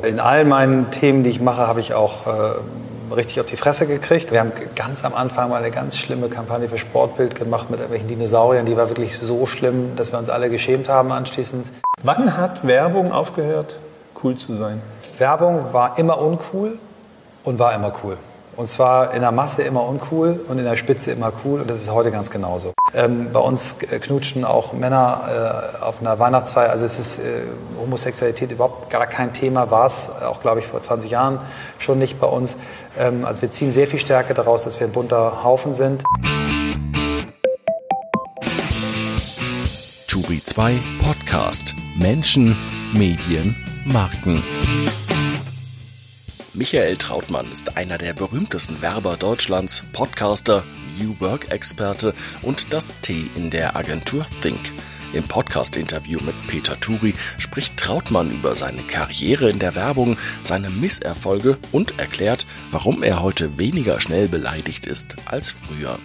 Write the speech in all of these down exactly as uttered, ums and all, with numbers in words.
In all meinen Themen, die ich mache, habe ich auch äh, richtig auf die Fresse gekriegt. Wir haben ganz am Anfang mal eine ganz schlimme Kampagne für Sportbild gemacht mit irgendwelchen Dinosauriern. Die war wirklich so schlimm, dass wir uns alle geschämt haben anschließend. Wann hat Werbung aufgehört, cool zu sein? Werbung war immer uncool und war immer cool. Und zwar in der Masse immer uncool und in der Spitze immer cool. Und das ist heute ganz genauso. Ähm, bei uns knutschen auch Männer äh, auf einer Weihnachtsfeier. Also es ist äh, Homosexualität überhaupt gar kein Thema. War es auch, glaube ich, vor zwanzig Jahren schon nicht bei uns. Ähm, also wir ziehen sehr viel Stärke daraus, dass wir ein bunter Haufen sind. Turi zwei Podcast. Menschen, Medien, Marken. Michael Trautmann ist einer der berühmtesten Werber Deutschlands, Podcaster, New Work-Experte und das T in der Agentur Think. Im Podcast-Interview mit Peter Turi spricht Trautmann über seine Karriere in der Werbung, seine Misserfolge und erklärt, warum er heute weniger schnell beleidigt ist als früher.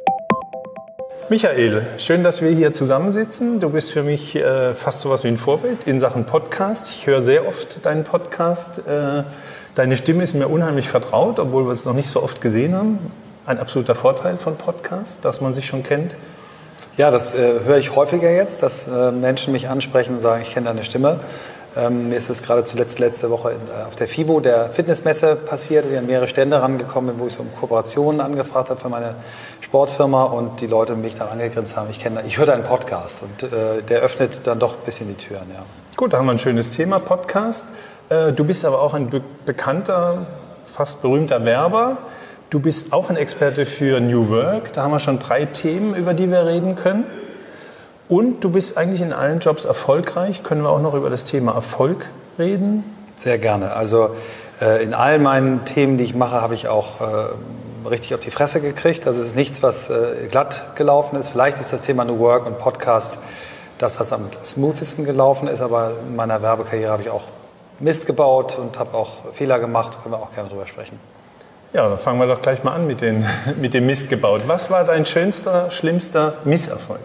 Michael, schön, dass wir hier zusammensitzen. Du bist für mich äh, fast sowas wie ein Vorbild in Sachen Podcast. Ich höre sehr oft deinen Podcast. Äh, deine Stimme ist mir unheimlich vertraut, obwohl wir es noch nicht so oft gesehen haben. Ein absoluter Vorteil von Podcasts, dass man sich schon kennt. Ja, das äh, höre ich häufiger jetzt, dass äh, Menschen mich ansprechen und sagen, ich kenne deine Stimme. Ähm, mir ist das gerade zuletzt letzte Woche in, äh, auf der FIBO, der Fitnessmesse, passiert, dass ich an mehrere Stände rangekommen bin, wo ich so um Kooperationen angefragt habe für meine Sportfirma und die Leute mich dann angegrinst haben, ich kenne, ich höre deinen Podcast und äh, der öffnet dann doch ein bisschen die Türen. Ja. Gut, da haben wir ein schönes Thema, Podcast. Äh, du bist aber auch ein be- bekannter, fast berühmter Werber. Du bist auch ein Experte für New Work. Da haben wir schon drei Themen, über die wir reden können. Und du bist eigentlich in allen Jobs erfolgreich. Können wir auch noch über das Thema Erfolg reden? Sehr gerne. Also äh, in all meinen Themen, die ich mache, habe ich auch äh, richtig auf die Fresse gekriegt. Also es ist nichts, was äh, glatt gelaufen ist. Vielleicht ist das Thema New Work und Podcast das, was am smoothesten gelaufen ist. Aber in meiner Werbekarriere habe ich auch Mist gebaut und habe auch Fehler gemacht. Können wir auch gerne drüber sprechen. Ja, dann fangen wir doch gleich mal an mit, den, mit dem Mist gebaut. Was war dein schönster, schlimmster Misserfolg?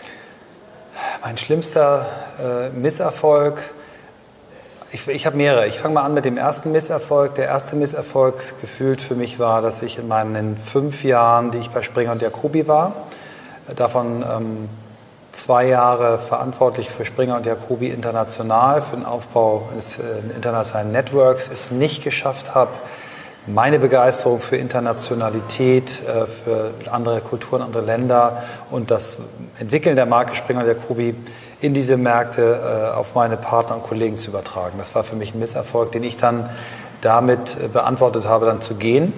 Mein schlimmster äh, Misserfolg, ich, ich habe mehrere. Ich fange mal an mit dem ersten Misserfolg. Der erste Misserfolg gefühlt für mich war, dass ich in meinen fünf Jahren, die ich bei Springer und Jacobi war, davon ähm, zwei Jahre verantwortlich für Springer und Jacobi international, für den Aufbau eines äh, internationalen Networks, es nicht geschafft habe, meine Begeisterung für Internationalität, für andere Kulturen, andere Länder und das Entwickeln der Marke Springer und Jacobi in diese Märkte auf meine Partner und Kollegen zu übertragen. Das war für mich ein Misserfolg, den ich dann damit beantwortet habe, dann zu gehen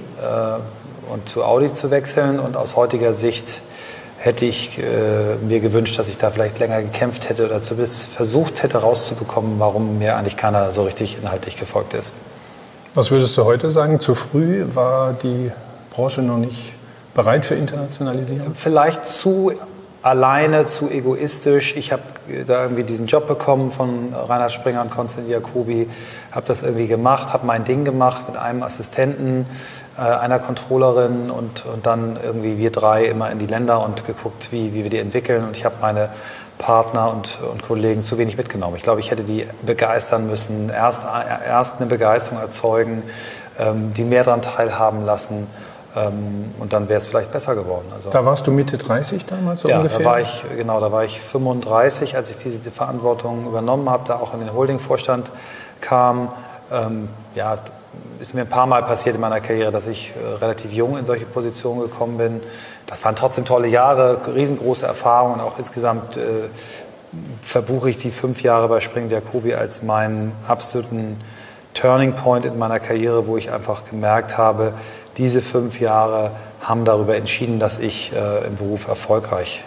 und zu Audi zu wechseln. Und aus heutiger Sicht hätte ich mir gewünscht, dass ich da vielleicht länger gekämpft hätte oder zumindest versucht hätte rauszubekommen, warum mir eigentlich keiner so richtig inhaltlich gefolgt ist. Was würdest du heute sagen? Zu früh war die Branche noch nicht bereit für Internationalisierung? Vielleicht zu alleine, zu egoistisch. Ich habe da irgendwie diesen Job bekommen von Reinhard Springer und Konstantin Jacobi, habe das irgendwie gemacht, habe mein Ding gemacht mit einem Assistenten, äh, einer Controllerin und, und dann irgendwie wir drei immer in die Länder und geguckt, wie, wie wir die entwickeln. Und ich habe meine Partner und, und Kollegen zu wenig mitgenommen. Ich glaube, ich hätte die begeistern müssen, erst, erst eine Begeisterung erzeugen, ähm, die mehr daran teilhaben lassen ähm, und dann wäre es vielleicht besser geworden. Also, da warst du Mitte dreißig damals so ja, ungefähr? Ja, da war ich, genau, da war ich fünfunddreißig, als ich diese Verantwortung übernommen habe, da auch in den Holding-Vorstand kam. Ähm, ja, ist mir ein paar Mal passiert in meiner Karriere, dass ich äh, relativ jung in solche Positionen gekommen bin. Das waren trotzdem tolle Jahre, riesengroße Erfahrungen und auch insgesamt äh, verbuche ich die fünf Jahre bei Springer und Jacobi als meinen absoluten Turning Point in meiner Karriere, wo ich einfach gemerkt habe, diese fünf Jahre haben darüber entschieden, dass ich äh, im Beruf erfolgreich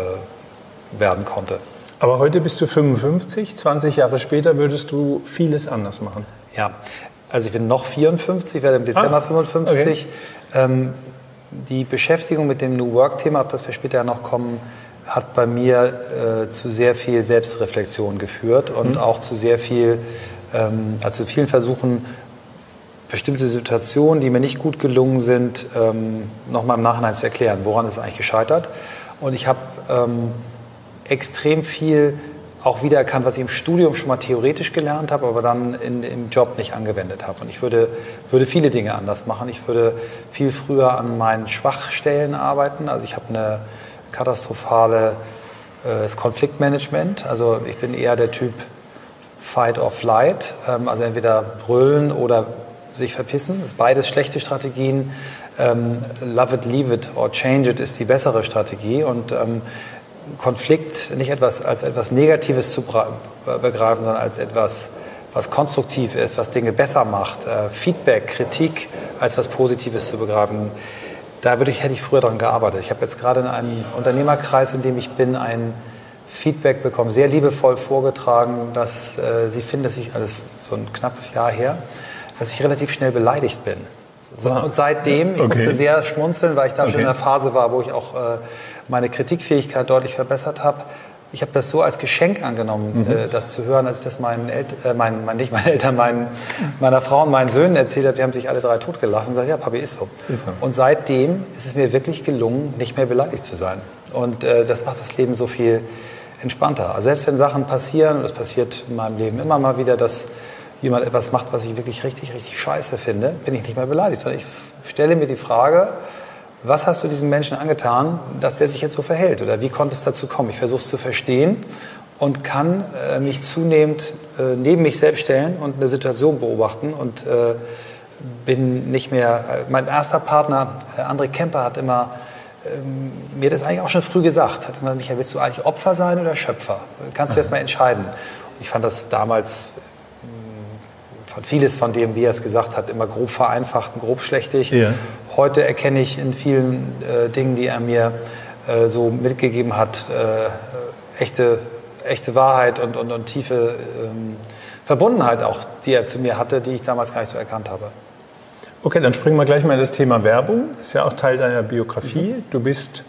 äh, werden konnte. Aber heute bist du fünfundfünfzig, zwanzig Jahre später würdest du vieles anders machen. Ja, also ich bin noch vierundfünfzig, werde im Dezember ah, fünfundfünfzig. Okay. Ähm, die Beschäftigung mit dem New Work-Thema, auf das wir später noch kommen, hat bei mir äh, zu sehr viel Selbstreflexion geführt und mhm. auch zu sehr viel, ähm, also zu vielen Versuchen, bestimmte Situationen, die mir nicht gut gelungen sind, ähm, nochmal im Nachhinein zu erklären, woran ist es eigentlich gescheitert. Und ich habe ähm, extrem viel auch wiedererkannt, was ich im Studium schon mal theoretisch gelernt habe, aber dann in, im Job nicht angewendet habe. Und ich würde, würde viele Dinge anders machen. Ich würde viel früher an meinen Schwachstellen arbeiten. Also ich habe eine katastrophale äh, Konfliktmanagement. Also ich bin eher der Typ Fight or Flight. Ähm, also entweder brüllen oder sich verpissen. Das ist beides schlechte Strategien. Ähm, love it, leave it or change it ist die bessere Strategie. Und ähm, Konflikt nicht etwas als etwas Negatives zu begreifen, sondern als etwas, was konstruktiv ist, was Dinge besser macht. Äh, Feedback, Kritik als was Positives zu begreifen. Da würde ich, hätte ich früher daran gearbeitet. Ich habe jetzt gerade in einem Unternehmerkreis, in dem ich bin, ein Feedback bekommen, sehr liebevoll vorgetragen, dass äh, sie finden, dass ich, alles so ein knappes Jahr her, dass ich relativ schnell beleidigt bin. So, und seitdem, ich okay. musste sehr schmunzeln, weil ich da okay. schon in einer Phase war, wo ich auch äh, meine Kritikfähigkeit deutlich verbessert habe. Ich habe das so als Geschenk angenommen, mhm. äh, das zu hören, als ich das meinen Eltern, äh, mein, mein, nicht meinen Eltern, meinen, meiner Frau und meinen Söhnen erzählt habe. Die haben sich alle drei totgelacht und gesagt, ja, Papi, ist so. Ist so. Und seitdem ist es mir wirklich gelungen, nicht mehr beleidigt zu sein. Und äh, das macht das Leben so viel entspannter. Also selbst wenn Sachen passieren, und das passiert in meinem Leben immer mal wieder, dass jemand etwas macht, was ich wirklich richtig, richtig scheiße finde, bin ich nicht mehr beleidigt, sondern ich stelle mir die Frage, was hast du diesem Menschen angetan, dass der sich jetzt so verhält? Oder wie konnte es dazu kommen? Ich versuche es zu verstehen und kann äh, mich zunehmend äh, neben mich selbst stellen und eine Situation beobachten und äh, bin nicht mehr... Äh, mein erster Partner, äh, André Kemper, hat immer äh, mir das eigentlich auch schon früh gesagt. Hat immer, Michael, willst du eigentlich Opfer sein oder Schöpfer? Kannst du erst mal entscheiden. Und ich fand das damals... vieles von dem, wie er es gesagt hat, immer grob vereinfacht und grob schlechtig. Ja. Heute erkenne ich in vielen äh, Dingen, die er mir äh, so mitgegeben hat, äh, echte, echte Wahrheit und, und, und tiefe ähm, Verbundenheit auch, die er zu mir hatte, die ich damals gar nicht so erkannt habe. Okay, dann springen wir gleich mal in das Thema Werbung. Das ist ja auch Teil deiner Biografie. Mhm. Du bist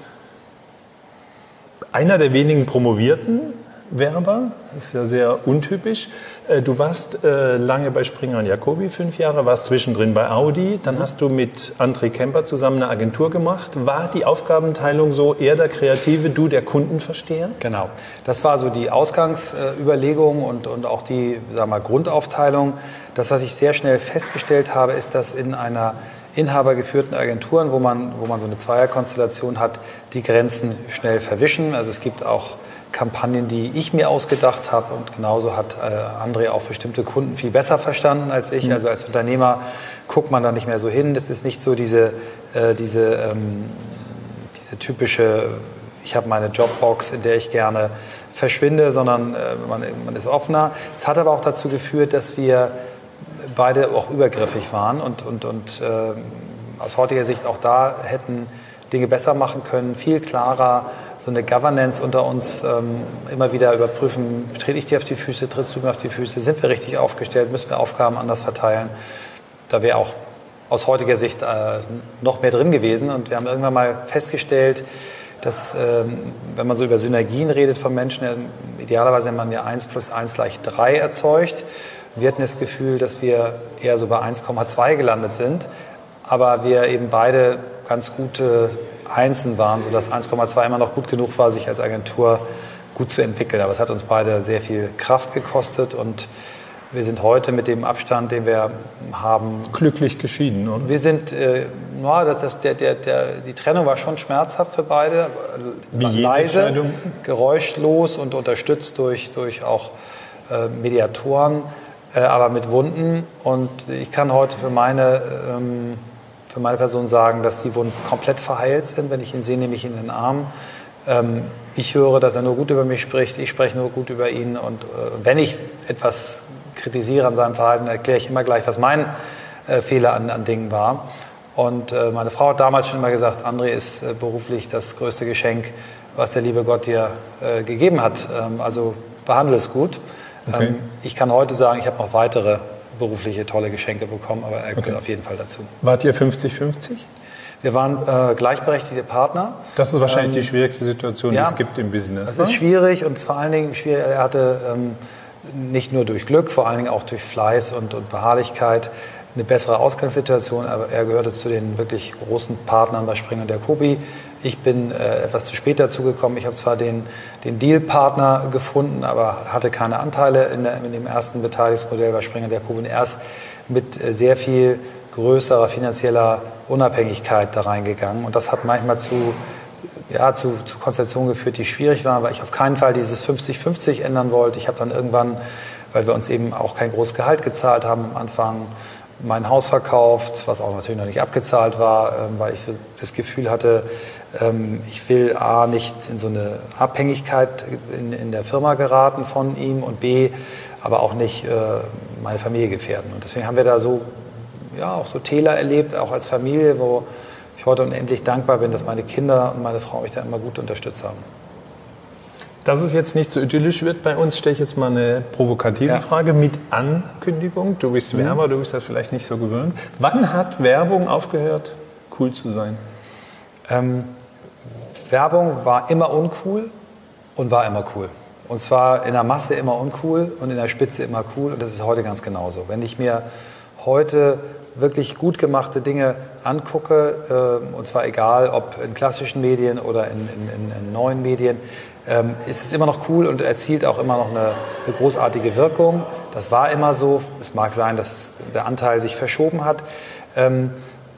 einer der wenigen promovierten Werber, das ist ja sehr untypisch. Du warst äh, lange bei Springer und Jacobi, fünf Jahre, warst zwischendrin bei Audi, dann hast du mit André Kemper zusammen eine Agentur gemacht. War die Aufgabenteilung so, er der Kreative, du der Kundenversteher? Genau, das war so die Ausgangsüberlegung und, und auch die, sagen wir mal, Grundaufteilung. Das, was ich sehr schnell festgestellt habe, ist, dass in einer inhabergeführten Agenturen, wo man, wo man so eine Zweierkonstellation hat, die Grenzen schnell verwischen. Also es gibt auch Kampagnen, die ich mir ausgedacht habe und genauso hat äh, André auch bestimmte Kunden viel besser verstanden als ich. Mhm. Also als Unternehmer guckt man da nicht mehr so hin. Das ist nicht so diese, äh, diese, ähm, diese typische, ich habe meine Jobbox, in der ich gerne verschwinde, sondern äh, man, man ist offener. Es hat aber auch dazu geführt, dass wir beide auch übergriffig waren und, und, und äh, aus heutiger Sicht auch da hätten Dinge besser machen können, viel klarer, so eine Governance unter uns ähm, immer wieder überprüfen, trete ich dir auf die Füße, trittst du mir auf die Füße, sind wir richtig aufgestellt, müssen wir Aufgaben anders verteilen. Da wäre auch aus heutiger Sicht äh, noch mehr drin gewesen und wir haben irgendwann mal festgestellt, dass ähm, wenn man so über Synergien redet von Menschen, ja, idealerweise wenn man ja eins plus eins gleich drei erzeugt. Wir hatten das Gefühl, dass wir eher so bei eins Komma zwei gelandet sind, aber wir eben beide ganz gute Einsen waren, sodass eins Komma zwei immer noch gut genug war, sich als Agentur gut zu entwickeln. Aber es hat uns beide sehr viel Kraft gekostet und wir sind heute mit dem Abstand, den wir haben... Glücklich geschieden, oder? Wir sind, äh, no, das, das, der, der, der, die Trennung war schon schmerzhaft für beide. Wie leise, geräuschlos und unterstützt durch, durch auch äh, Mediatoren, äh, aber mit Wunden. Und ich kann heute für meine... Ähm, für meine Person sagen, dass die Wunden komplett verheilt sind. Wenn ich ihn sehe, nehme ich ihn in den Arm. Ähm, ich höre, dass er nur gut über mich spricht. Ich spreche nur gut über ihn. Und äh, wenn ich etwas kritisiere an seinem Verhalten, erkläre ich immer gleich, was mein äh, Fehler an, an Dingen war. Und äh, meine Frau hat damals schon immer gesagt, André ist äh, beruflich das größte Geschenk, was der liebe Gott dir äh, gegeben hat. Ähm, also behandle es gut. Okay. Ähm, ich kann heute sagen, ich habe noch weitere berufliche tolle Geschenke bekommen, aber er gehört okay. auf jeden Fall dazu. Wart ihr fünfzig fünfzig? Wir waren äh, gleichberechtigte Partner. Das ist wahrscheinlich ähm, die schwierigste Situation, ja, die es gibt im Business. Das ne? ist schwierig und vor allen Dingen schwierig. Er hatte ähm, nicht nur durch Glück, vor allen Dingen auch durch Fleiß und, und Beharrlichkeit eine bessere Ausgangssituation, aber er gehörte zu den wirklich großen Partnern bei Springer und Jacobi. Ich bin äh, etwas zu spät dazugekommen. Ich habe zwar den, den Dealpartner gefunden, aber hatte keine Anteile in, der, in dem ersten Beteiligungsmodell bei Springer und Jacobi und erst mit äh, sehr viel größerer finanzieller Unabhängigkeit da reingegangen. Und das hat manchmal zu, ja, zu, zu Konstellationen geführt, die schwierig waren, weil ich auf keinen Fall dieses fünfzig fünfzig ändern wollte. Ich habe dann irgendwann, weil wir uns eben auch kein großes Gehalt gezahlt haben am Anfang, mein Haus verkauft, was auch natürlich noch nicht abgezahlt war, weil ich so das Gefühl hatte, ich will A, nicht in so eine Abhängigkeit in, in der Firma geraten von ihm und B, aber auch nicht meine Familie gefährden. Und deswegen haben wir da so, ja, auch so Täler erlebt, auch als Familie, wo ich heute unendlich dankbar bin, dass meine Kinder und meine Frau mich da immer gut unterstützt haben. Dass es jetzt nicht so idyllisch wird bei uns, stelle ich jetzt mal eine provokative ja. Frage mit Ankündigung. Du bist mhm. Werber, du bist das vielleicht nicht so gewöhnt. Wann hat Werbung aufgehört, cool zu sein? Ähm, Werbung war immer uncool und war immer cool. Und zwar in der Masse immer uncool und in der Spitze immer cool. Und das ist heute ganz genauso. Wenn ich mir heute wirklich gut gemachte Dinge angucke, äh, und zwar egal, ob in klassischen Medien oder in, in, in, in neuen Medien, ähm, ist es immer noch cool und erzielt auch immer noch eine, eine großartige Wirkung. Das war immer so. Es mag sein, dass der Anteil sich verschoben hat. Ähm,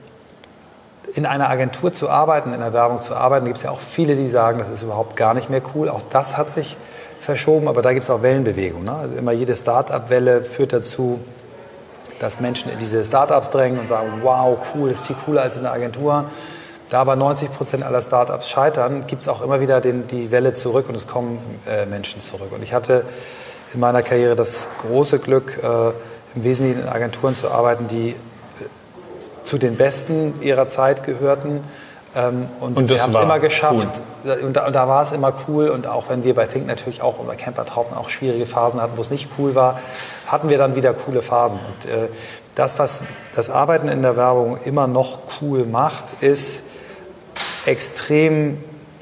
in einer Agentur zu arbeiten, in der Werbung zu arbeiten, gibt es ja auch viele, die sagen, das ist überhaupt gar nicht mehr cool. Auch das hat sich verschoben, aber da gibt es auch Wellenbewegungen. Ne? Also immer jede Start-up-Welle führt dazu, dass Menschen in diese Startups drängen und sagen, wow, cool, das ist viel cooler als in der Agentur. Da aber neunzig Prozent aller Startups scheitern, gibt es auch immer wieder den, die Welle zurück und es kommen äh, Menschen zurück. Und ich hatte in meiner Karriere das große Glück, äh, im Wesentlichen in Agenturen zu arbeiten, die äh, zu den Besten ihrer Zeit gehörten. Ähm, und, und wir haben es immer geschafft. Cool. Und, da, und da war es immer cool. Und auch wenn wir bei Think natürlich auch oder Camper Trauten auch schwierige Phasen hatten, wo es nicht cool war, hatten wir dann wieder coole Phasen. Und äh, das, was das Arbeiten in der Werbung immer noch cool macht, ist extrem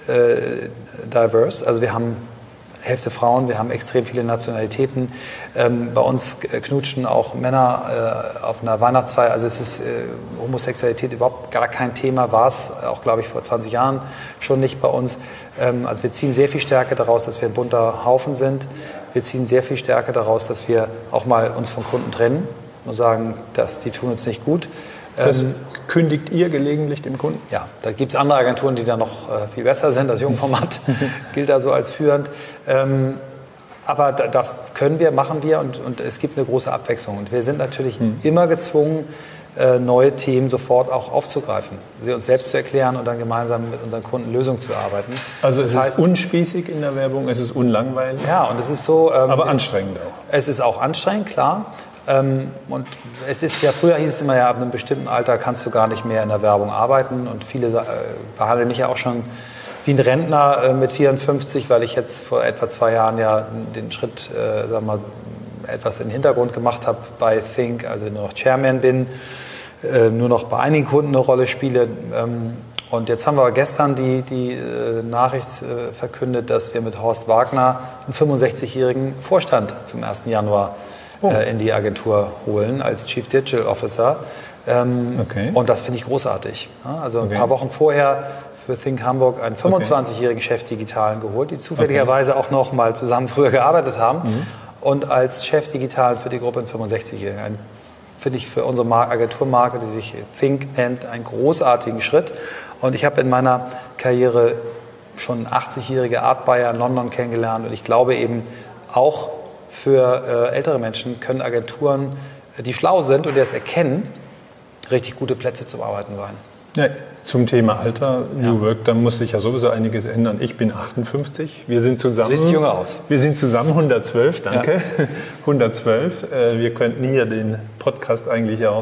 äh, diverse. Also wir haben Hälfte Frauen, wir haben extrem viele Nationalitäten. Ähm, bei uns knutschen auch Männer äh, auf einer Weihnachtsfeier. Also es ist äh, Homosexualität überhaupt gar kein Thema, war es auch, glaube ich, vor zwanzig Jahren schon nicht bei uns. Ähm, also wir ziehen sehr viel Stärke daraus, dass wir ein bunter Haufen sind. Wir ziehen sehr viel Stärke daraus, dass wir auch mal uns von Kunden trennen und sagen, dass die tun uns nicht gut. Das ähm, kündigt ihr gelegentlich dem Kunden? Ja, da gibt es andere Agenturen, die da noch äh, viel besser sind. Das Jungformat gilt da so als führend. Ähm, aber da, das können wir, machen wir und, und es gibt eine große Abwechslung. Und wir sind natürlich hm. immer gezwungen, äh, neue Themen sofort auch aufzugreifen, sie uns selbst zu erklären und dann gemeinsam mit unseren Kunden Lösungen zu erarbeiten. Also es das ist heißt, unspießig in der Werbung, es ist unlangweilig? Ja, und es ist so... Ähm, aber anstrengend auch? Es ist auch anstrengend, klar. Ähm, und es ist ja, früher hieß es immer ja, ab einem bestimmten Alter kannst du gar nicht mehr in der Werbung arbeiten und viele äh, behandeln mich ja auch schon wie ein Rentner äh, mit vierundfünfzig, weil ich jetzt vor etwa zwei Jahren ja den Schritt, äh, sagen wir mal, etwas in den Hintergrund gemacht habe bei Think, also nur noch Chairman bin, äh, nur noch bei einigen Kunden eine Rolle spiele. Ähm, und jetzt haben wir gestern die, die äh, Nachricht äh, verkündet, dass wir mit Horst Wagner einen fünfundsechzigjährigen Vorstand zum ersten Januar Oh. in die Agentur holen als Chief Digital Officer. Ähm, okay. Und das finde ich großartig. Also okay. ein paar Wochen vorher für Think Hamburg einen fünfundzwanzigjährigen okay. Chef Digitalen geholt, die zufälligerweise okay. auch noch mal zusammen früher gearbeitet haben. Mhm. Und als Chef Digital für die Gruppe einen fünfundsechzigjährigen. Finde ich für unsere Mar- Agenturmarke, die sich Think nennt, einen großartigen Schritt. Und ich habe in meiner Karriere schon eine achtzigjährige Art Buyer in London kennengelernt. Und ich glaube eben auch, für äh, ältere Menschen können Agenturen, die schlau sind und die das erkennen, richtig gute Plätze zum Arbeiten sein. Ja, zum Thema Alter, New ja. Work, da muss sich ja sowieso einiges ändern. Ich bin achtundfünfzig, wir sind zusammen... Du siehst jünger aus. Wir sind zusammen hundertzwölf, danke. Ja. hundertzwölf. Äh, wir könnten hier den Podcast eigentlich auch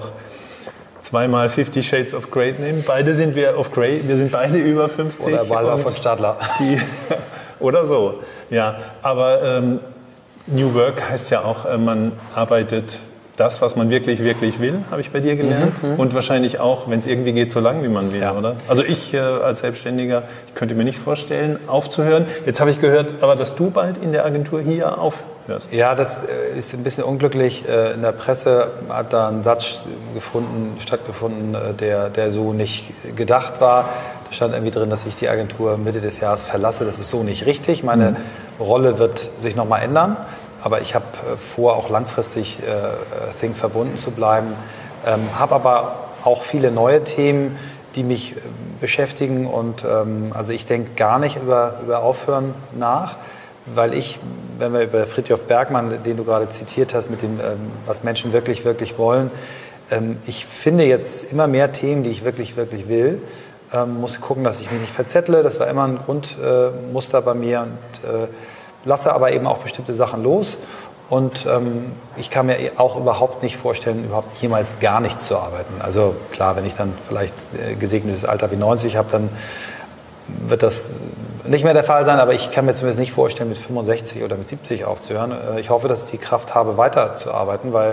zweimal Fifty Shades of Grey nehmen. Beide sind wir of Grey, wir sind beide über fünfzig. Oder Walder von Stadler. Die, oder so, ja. Aber... Ähm, New Work heißt ja auch, man arbeitet das, was man wirklich, wirklich will, habe ich bei dir gelernt. Mhm, und wahrscheinlich auch, wenn es irgendwie geht, so lang, wie man will, ja. oder? Also ich äh, als Selbstständiger, ich könnte mir nicht vorstellen, aufzuhören. Jetzt habe ich gehört, aber dass du bald in der Agentur hier aufhörst. hörst. Ja, das ist ein bisschen unglücklich. In der Presse hat da ein Satz gefunden, stattgefunden, der, der so nicht gedacht war. Da stand irgendwie drin, dass ich die Agentur Mitte des Jahres verlasse. Das ist so nicht richtig. Meine mhm. Rolle wird sich nochmal ändern. Aber ich habe vor, auch langfristig äh, Think verbunden zu bleiben. Ähm, habe aber auch viele neue Themen, die mich äh, beschäftigen. Und ähm, also ich denke gar nicht über, über Aufhören nach. Weil ich, wenn wir über Fridtjof Bergmann, den du gerade zitiert hast, mit dem, ähm, was Menschen wirklich, wirklich wollen, ähm, ich finde jetzt immer mehr Themen, die ich wirklich, wirklich will. Ähm, muss gucken, dass ich mich nicht verzettle. Das war immer ein Grundmuster äh, bei mir und äh, lasse aber eben auch bestimmte Sachen los. Und ähm, ich kann mir auch überhaupt nicht vorstellen, überhaupt jemals gar nichts zu arbeiten. Also klar, wenn ich dann vielleicht äh, gesegnetes Alter wie neunzig habe, dann wird das nicht mehr der Fall sein, aber ich kann mir zumindest nicht vorstellen, mit fünfundsechzig oder mit siebzig aufzuhören. Ich hoffe, dass ich die Kraft habe, weiterzuarbeiten, weil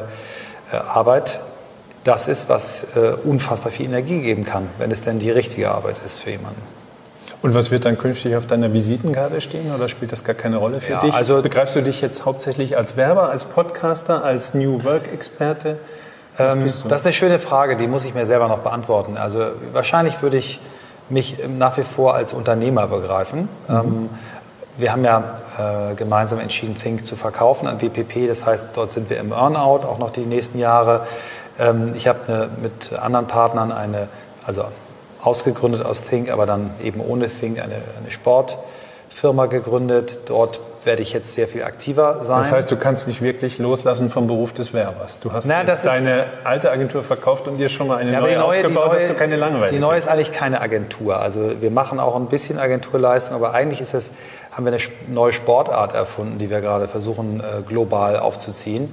Arbeit das ist, was unfassbar viel Energie geben kann, wenn es denn die richtige Arbeit ist für jemanden. Und was wird dann künftig auf deiner Visitenkarte stehen oder spielt das gar keine Rolle für ja, dich? Also begreifst du dich jetzt hauptsächlich als Werber, als Podcaster, als New Work-Experte? Ähm, das ist eine schöne Frage, die muss ich mir selber noch beantworten. Also wahrscheinlich würde ich mich nach wie vor als Unternehmer begreifen. Mhm. Ähm, wir haben ja äh, gemeinsam entschieden, Think zu verkaufen an W P P. Das heißt, dort sind wir im Earnout, auch noch die nächsten Jahre. Ähm, ich habe mit anderen Partnern eine, also ausgegründet aus Think, aber dann eben ohne Think eine, eine Sportfirma gegründet. Dort werde ich jetzt sehr viel aktiver sein. Das heißt, du kannst nicht wirklich loslassen vom Beruf des Werbers. Du hast Na, jetzt deine alte Agentur verkauft und dir schon mal eine ja, neue, neue aufgebaut, neue, dass du keine Langeweile Die neue ist eigentlich keine Agentur. Also wir machen auch ein bisschen Agenturleistung, aber eigentlich ist es, haben wir eine neue Sportart erfunden, die wir gerade versuchen global aufzuziehen.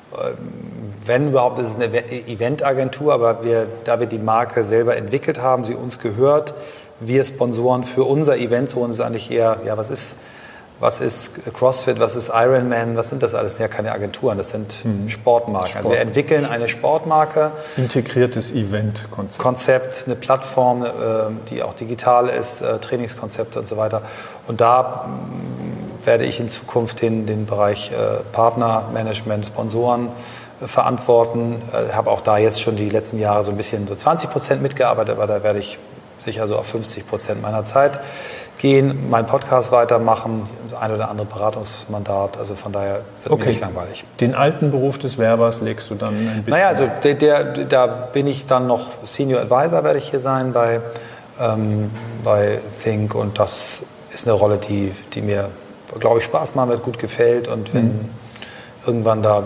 Wenn überhaupt, ist es eine Eventagentur, aber wir, da wir die Marke selber entwickelt haben, sie uns gehört, wir Sponsoren für unser Event, so ist eigentlich eher, ja, was ist Was ist CrossFit, was ist Ironman, was sind das alles? Das sind ja keine Agenturen, das sind hm. Sportmarken. Sport. Also wir entwickeln eine Sportmarke. Integriertes Event-Konzept. Konzept, eine Plattform, die auch digital ist, Trainingskonzepte und so weiter. Und da werde ich in Zukunft den, den Bereich Partnermanagement, Sponsoren verantworten. Ich habe auch da jetzt schon die letzten Jahre so ein bisschen so zwanzig Prozent mitgearbeitet, aber da werde ich sicher so auf fünfzig Prozent meiner Zeit gehen, meinen Podcast weitermachen, das ein oder andere Beratungsmandat, also von daher wird okay. mir nicht langweilig. Den alten Beruf des Werbers legst du dann ein bisschen... Naja, also der, der, da bin ich dann noch Senior Advisor, werde ich hier sein bei, ähm, bei Think und das ist eine Rolle, die, die mir, glaube ich, Spaß machen wird, gut gefällt und wenn mhm. irgendwann da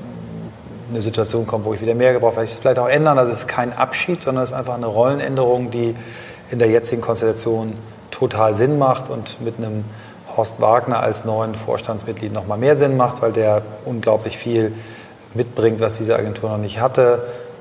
eine Situation kommt, wo ich wieder mehr gebrauche, werde ich das vielleicht auch ändern. Also es ist kein Abschied, sondern es ist einfach eine Rollenänderung, die in der jetzigen Konstellation total Sinn macht und mit einem Horst Wagner als neuen Vorstandsmitglied noch mal mehr Sinn macht, weil der unglaublich viel mitbringt, was diese Agentur noch nicht hatte.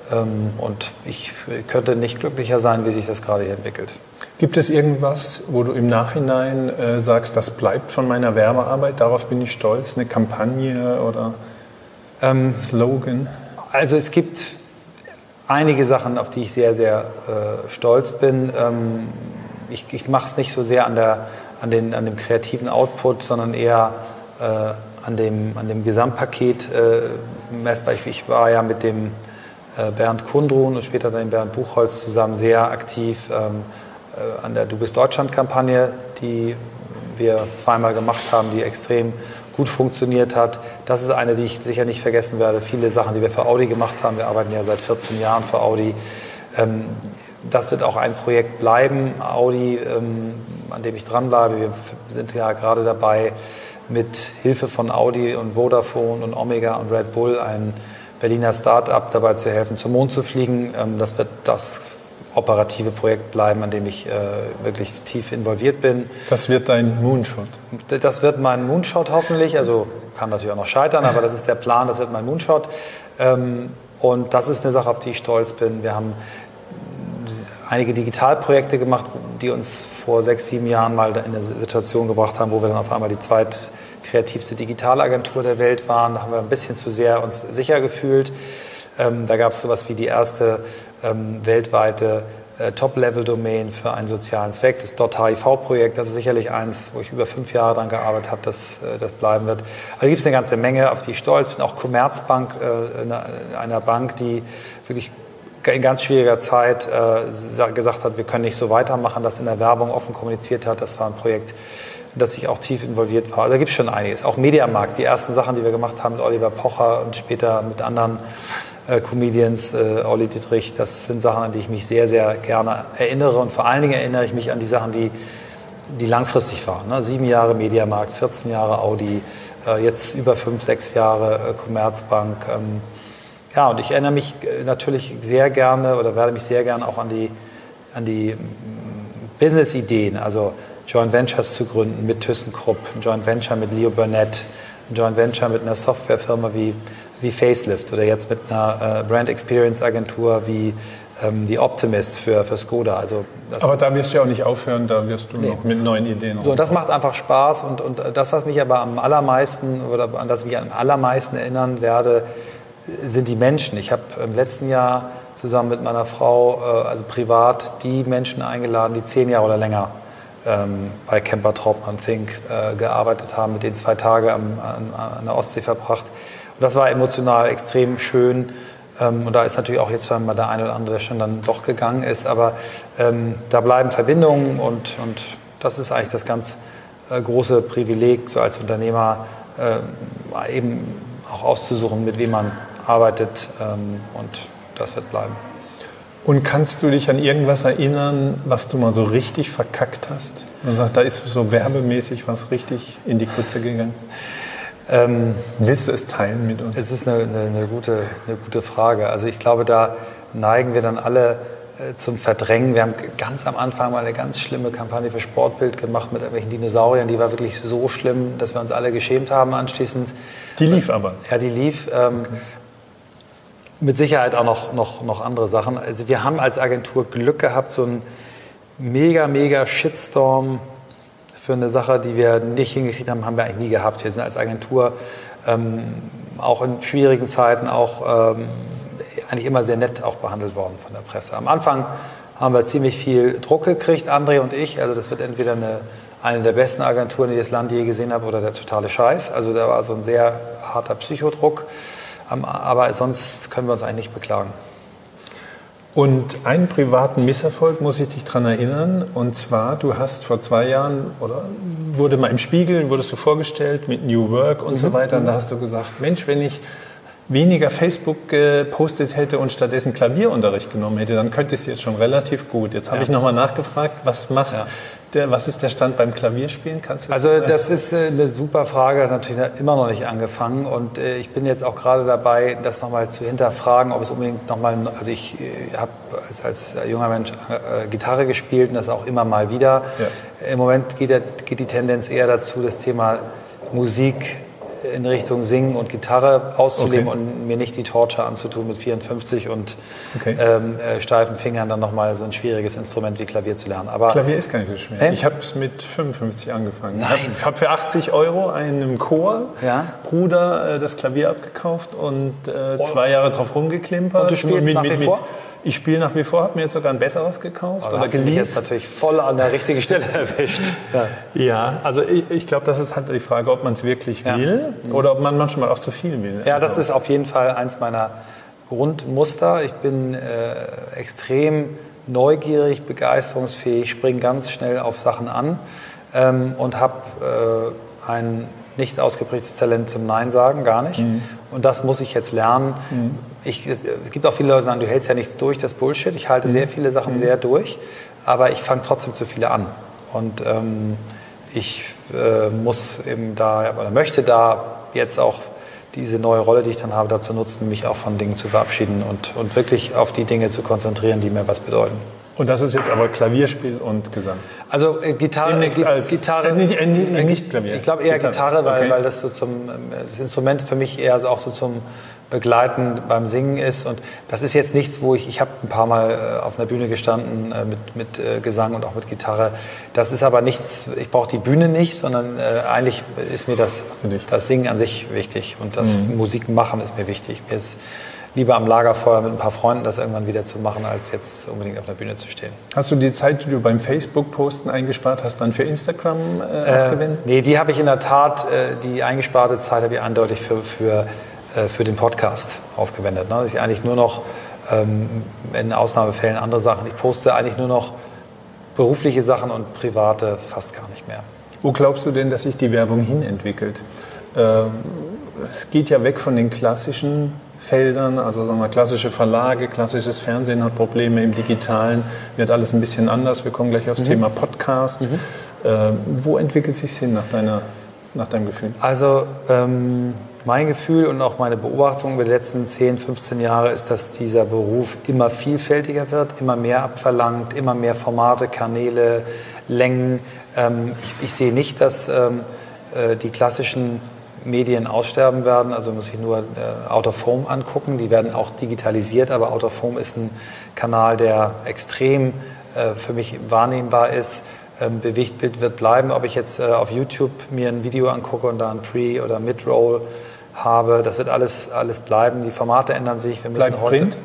Und ich könnte nicht glücklicher sein, wie sich das gerade hier entwickelt. Gibt es irgendwas, wo du im Nachhinein äh, sagst, das bleibt von meiner Werbearbeit, darauf bin ich stolz, eine Kampagne oder ähm, Slogan? Also es gibt einige Sachen, auf die ich sehr, sehr äh, stolz bin. Ähm, ich ich mache es nicht so sehr an, der, an, den, an dem kreativen Output, sondern eher äh, an, dem, an dem Gesamtpaket äh, messbar. Ich, ich war ja mit dem äh, Bernd Kundrun und später dann Bernd Buchholz zusammen sehr aktiv ähm, äh, an der Du bist Deutschland-Kampagne, die wir zweimal gemacht haben, die extrem gut funktioniert hat. Das ist eine, die ich sicher nicht vergessen werde. Viele Sachen, die wir für Audi gemacht haben. Wir arbeiten ja seit vierzehn Jahren für Audi. Ähm, das wird auch ein Projekt bleiben, Audi, ähm, an dem ich dranbleibe. Wir sind ja gerade dabei, mit Hilfe von Audi und Vodafone und Omega und Red Bull ein Berliner Start-up dabei zu helfen, zum Mond zu fliegen. Ähm, das wird das operative Projekt bleiben, an dem ich äh, wirklich tief involviert bin. Das wird dein Moonshot? Das wird mein Moonshot hoffentlich, also kann natürlich auch noch scheitern, aber das ist der Plan, das wird mein Moonshot. Ähm, und das ist eine Sache, auf die ich stolz bin. Wir haben einige Digitalprojekte gemacht, die uns vor sechs, sieben Jahren mal in eine Situation gebracht haben, wo wir dann auf einmal die zweitkreativste Digitalagentur der Welt waren. Da haben wir ein bisschen zu sehr uns sicher gefühlt. Ähm, da gab es sowas wie die erste ähm, weltweite äh, Top-Level-Domain für einen sozialen Zweck. Das .H I V-Projekt, das ist sicherlich eins, wo ich über fünf Jahre daran gearbeitet habe, dass äh, das bleiben wird. Also gibt es eine ganze Menge, auf die ich stolz bin. Auch Commerzbank, äh, einer, einer Bank, die wirklich in ganz schwieriger Zeit äh, gesagt hat, wir können nicht so weitermachen, das in der Werbung offen kommuniziert hat. Das war ein Projekt, in das ich auch tief involviert war. Also da gibt es schon einiges. Auch Mediamarkt, die ersten Sachen, die wir gemacht haben mit Oliver Pocher und später mit anderen äh, Comedians, äh, Olli Dittrich, das sind Sachen, an die ich mich sehr, sehr gerne erinnere. Und vor allen Dingen erinnere ich mich an die Sachen, die, die langfristig waren. Ne? Sieben Jahre Mediamarkt, vierzehn Jahre Audi, äh, jetzt über fünf, sechs Jahre äh, Commerzbank. Ähm, Ja, und ich erinnere mich natürlich sehr gerne oder werde mich sehr gerne auch an die, an die Business-Ideen, also Joint Ventures zu gründen mit ThyssenKrupp, ein Joint Venture mit Leo Burnett, ein Joint Venture mit einer Softwarefirma wie, wie Facelift oder jetzt mit einer äh, Brand Experience Agentur wie ähm, die Optimist für, für Skoda. Also das aber da wirst du ja auch nicht aufhören, da wirst du nee. noch mit neuen Ideen. So, das macht einfach Spaß und, und das, was mich aber am allermeisten oder an das ich mich am allermeisten erinnern werde, sind die Menschen. Ich habe im letzten Jahr zusammen mit meiner Frau, also privat, die Menschen eingeladen, die zehn Jahre oder länger ähm, bei Kemper Trautmann Think äh, gearbeitet haben, mit denen zwei Tage am, an, an der Ostsee verbracht. Und das war emotional extrem schön. Ähm, und da ist natürlich auch jetzt mal der eine oder andere, der schon dann doch gegangen ist. Aber ähm, da bleiben Verbindungen und, und das ist eigentlich das ganz äh, große Privileg, so als Unternehmer äh, eben auch auszusuchen, mit wem man arbeitet, ähm, und das wird bleiben. Und kannst du dich an irgendwas erinnern, was du mal so richtig verkackt hast? Du sagst, da ist so werbemäßig was richtig in die Grütze gegangen. Ähm, Willst du es teilen mit uns? Es ist eine, eine, eine, gute, eine gute Frage. Also ich glaube, da neigen wir dann alle äh, zum Verdrängen. Wir haben ganz am Anfang mal eine ganz schlimme Kampagne für Sportbild gemacht mit irgendwelchen Dinosauriern. Die war wirklich so schlimm, dass wir uns alle geschämt haben anschließend. Die lief aber? Ja, die lief. Ähm, okay. Mit Sicherheit auch noch, noch, noch andere Sachen. Also wir haben als Agentur Glück gehabt, so einen mega, mega Shitstorm für eine Sache, die wir nicht hingekriegt haben, haben wir eigentlich nie gehabt. Wir sind als Agentur ähm, auch in schwierigen Zeiten auch ähm, eigentlich immer sehr nett auch behandelt worden von der Presse. Am Anfang haben wir ziemlich viel Druck gekriegt, André und ich. Also das wird entweder eine, eine der besten Agenturen, die das Land je gesehen habe, oder der totale Scheiß. Also da war so ein sehr harter Psychodruck. Aber sonst können wir uns eigentlich nicht beklagen. Und einen privaten Misserfolg muss ich dich daran erinnern. Und zwar, du hast vor zwei Jahren, oder wurde mal im Spiegel, wurdest du vorgestellt mit New Work und mhm. so weiter. Und da hast du gesagt, Mensch, wenn ich weniger Facebook gepostet hätte und stattdessen Klavierunterricht genommen hätte, dann könnte ich es jetzt schon relativ gut. Jetzt habe ja. ich nochmal nachgefragt, was macht ja. der, was ist der Stand beim Klavierspielen? Kannst du das also das ist eine super Frage, hat natürlich immer noch nicht angefangen und ich bin jetzt auch gerade dabei, das nochmal zu hinterfragen, ob es unbedingt nochmal, also ich habe als, als junger Mensch Gitarre gespielt und das auch immer mal wieder. Ja. Im Moment geht, der, geht die Tendenz eher dazu, das Thema Musik in Richtung Singen und Gitarre auszuleben okay. und mir nicht die Torture anzutun mit vierundfünfzig und okay. ähm, äh, steifen Fingern dann nochmal so ein schwieriges Instrument wie Klavier zu lernen. Aber Klavier ist gar nicht so schwer. Äh? Ich habe es mit fünfundfünfzig angefangen. Nein. Ich habe hab für achtzig Euro einem Chor-Bruder ja? äh, das Klavier abgekauft und äh, oh. zwei Jahre drauf rumgeklimpert. Und du spielst mit, nach mit, wie vor? Ich spiele nach wie vor, habe mir jetzt sogar ein besseres gekauft. Aber oder hast du mich jetzt natürlich voll an der richtigen Stelle erwischt. Ja, ja also ich, ich glaube, das ist halt die Frage, ob man es wirklich ja. will oder ob man manchmal auch zu viel will. Ja, also das ist auf jeden Fall eins meiner Grundmuster. Ich bin äh, extrem neugierig, begeisterungsfähig, springe ganz schnell auf Sachen an ähm, und habe äh, ein nicht ausgeprägtes Talent zum Nein sagen, gar nicht. Mhm. Und das muss ich jetzt lernen. Mhm. Ich, es gibt auch viele Leute, die sagen, du hältst ja nichts durch, das ist Bullshit. Ich halte mhm. sehr viele Sachen mhm. sehr durch, aber ich fange trotzdem zu viele an. Und ähm, ich äh, muss eben da, oder möchte da jetzt auch diese neue Rolle, die ich dann habe, dazu nutzen, mich auch von Dingen zu verabschieden und, und wirklich auf die Dinge zu konzentrieren, die mir was bedeuten. Und das ist jetzt aber Klavierspiel und Gesang? Also äh, Gitarre, G- als, Gitarre, äh, nicht, äh, nicht Klavier. Ich glaube eher Gitarre, Gitarre weil, okay. weil das so zum das Instrument für mich eher auch so zum Begleiten beim Singen ist. Und das ist jetzt nichts, wo ich, ich habe ein paar Mal äh, auf einer Bühne gestanden äh, mit, mit äh, Gesang und auch mit Gitarre. Das ist aber nichts, ich brauche die Bühne nicht, sondern äh, eigentlich ist mir das, das Singen an sich wichtig und das mhm. Musik machen ist mir wichtig. Mir ist lieber am Lagerfeuer mit ein paar Freunden das irgendwann wieder zu machen, als jetzt unbedingt auf der Bühne zu stehen. Hast du die Zeit, die du beim Facebook-Posten eingespart hast, dann für Instagram äh, aufgewendet? Äh, nee, die habe ich in der Tat, äh, die eingesparte Zeit habe ich eindeutig für, für, äh, für den Podcast aufgewendet. Ne? Dass ich eigentlich nur noch ähm, in Ausnahmefällen andere Sachen, ich poste eigentlich nur noch berufliche Sachen und private fast gar nicht mehr. Wo glaubst du denn, dass sich die Werbung hinentwickelt? Ähm, es geht ja weg von den klassischen Feldern, also sagen wir klassische Verlage, klassisches Fernsehen hat Probleme, im Digitalen wird alles ein bisschen anders. Wir kommen gleich aufs mhm. Thema Podcast. Mhm. Ähm, wo entwickelt sich es hin nach, deiner, nach deinem Gefühl? Also ähm, mein Gefühl und auch meine Beobachtung über die letzten zehn, fünfzehn Jahre ist, dass dieser Beruf immer vielfältiger wird, immer mehr abverlangt, immer mehr Formate, Kanäle, Längen. Ähm, ich, ich sehe nicht, dass ähm, äh, die klassischen Medien aussterben werden, also muss ich nur äh, Out of Home angucken, die werden auch digitalisiert, aber Out of Home ist ein Kanal, der extrem äh, für mich wahrnehmbar ist. Ähm, Bewegtbild wird bleiben, ob ich jetzt äh, auf YouTube mir ein Video angucke und da ein Pre- oder Mid-Roll habe, das wird alles, alles bleiben, die Formate ändern sich. Wir müssen Bleibt heute, Print?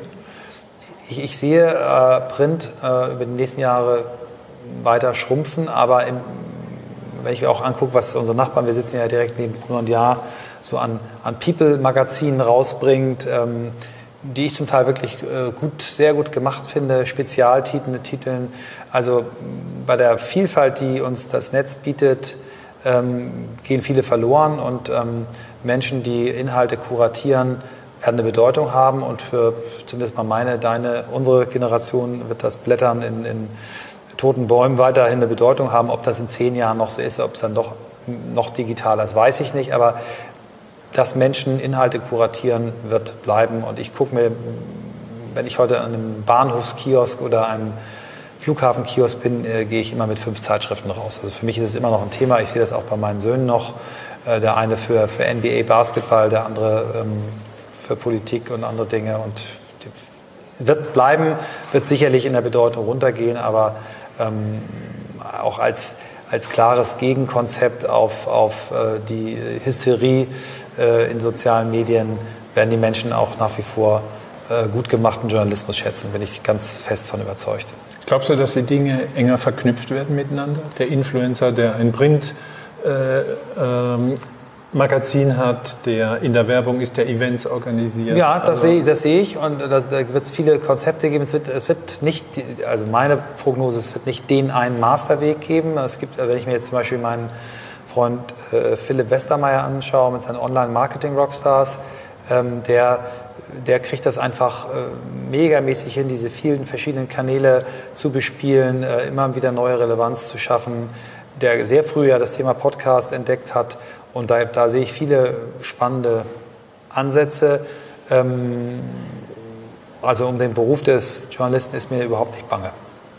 Ich, ich sehe äh, Print äh, über die nächsten Jahre weiter schrumpfen, aber im wenn ich auch angucke, was unsere Nachbarn, wir sitzen ja direkt neben Gruner und Jahr, so an, an People-Magazinen rausbringt, ähm, die ich zum Teil wirklich äh, gut, sehr gut gemacht finde, Spezialtiteln, Titeln. Also bei der Vielfalt, die uns das Netz bietet, ähm, gehen viele verloren und ähm, Menschen, die Inhalte kuratieren, werden eine Bedeutung haben und für zumindest mal meine, deine, unsere Generation wird das Blättern in, in toten Bäumen weiterhin eine Bedeutung haben. Ob das in zehn Jahren noch so ist, ob es dann doch noch digitaler ist, weiß ich nicht. Aber dass Menschen Inhalte kuratieren, wird bleiben. Und ich gucke mir, wenn ich heute an einem Bahnhofskiosk oder einem Flughafenkiosk bin, äh, gehe ich immer mit fünf Zeitschriften raus. Also für mich ist es immer noch ein Thema. Ich sehe das auch bei meinen Söhnen noch. Äh, der eine für, für N B A Basketball, der andere ähm, für Politik und andere Dinge. Und die, wird bleiben, wird sicherlich in der Bedeutung runtergehen, aber Ähm, auch als, als klares Gegenkonzept auf, auf äh, die Hysterie äh, in sozialen Medien werden die Menschen auch nach wie vor äh, gut gemachten Journalismus schätzen, bin ich ganz fest von überzeugt. Glaubst du, dass die Dinge enger verknüpft werden miteinander? Der Influencer, der ein Print äh, ähm, Magazin hat, der in der Werbung ist, der Events organisiert. Ja, das, also sehe, das sehe ich und das, da wird es viele Konzepte geben. Es wird, es wird nicht, also meine Prognose, es wird nicht den einen Masterweg geben. Es gibt, wenn ich mir jetzt zum Beispiel meinen Freund äh, Philipp Westermeier anschaue mit seinen Online-Marketing-Rockstars, ähm, der, der kriegt das einfach äh, megamäßig hin, diese vielen verschiedenen Kanäle zu bespielen, äh, immer wieder neue Relevanz zu schaffen, der sehr früh ja das Thema Podcast entdeckt hat. Und da, da sehe ich viele spannende Ansätze. Ähm, also um den Beruf des Journalisten ist mir überhaupt nicht bange.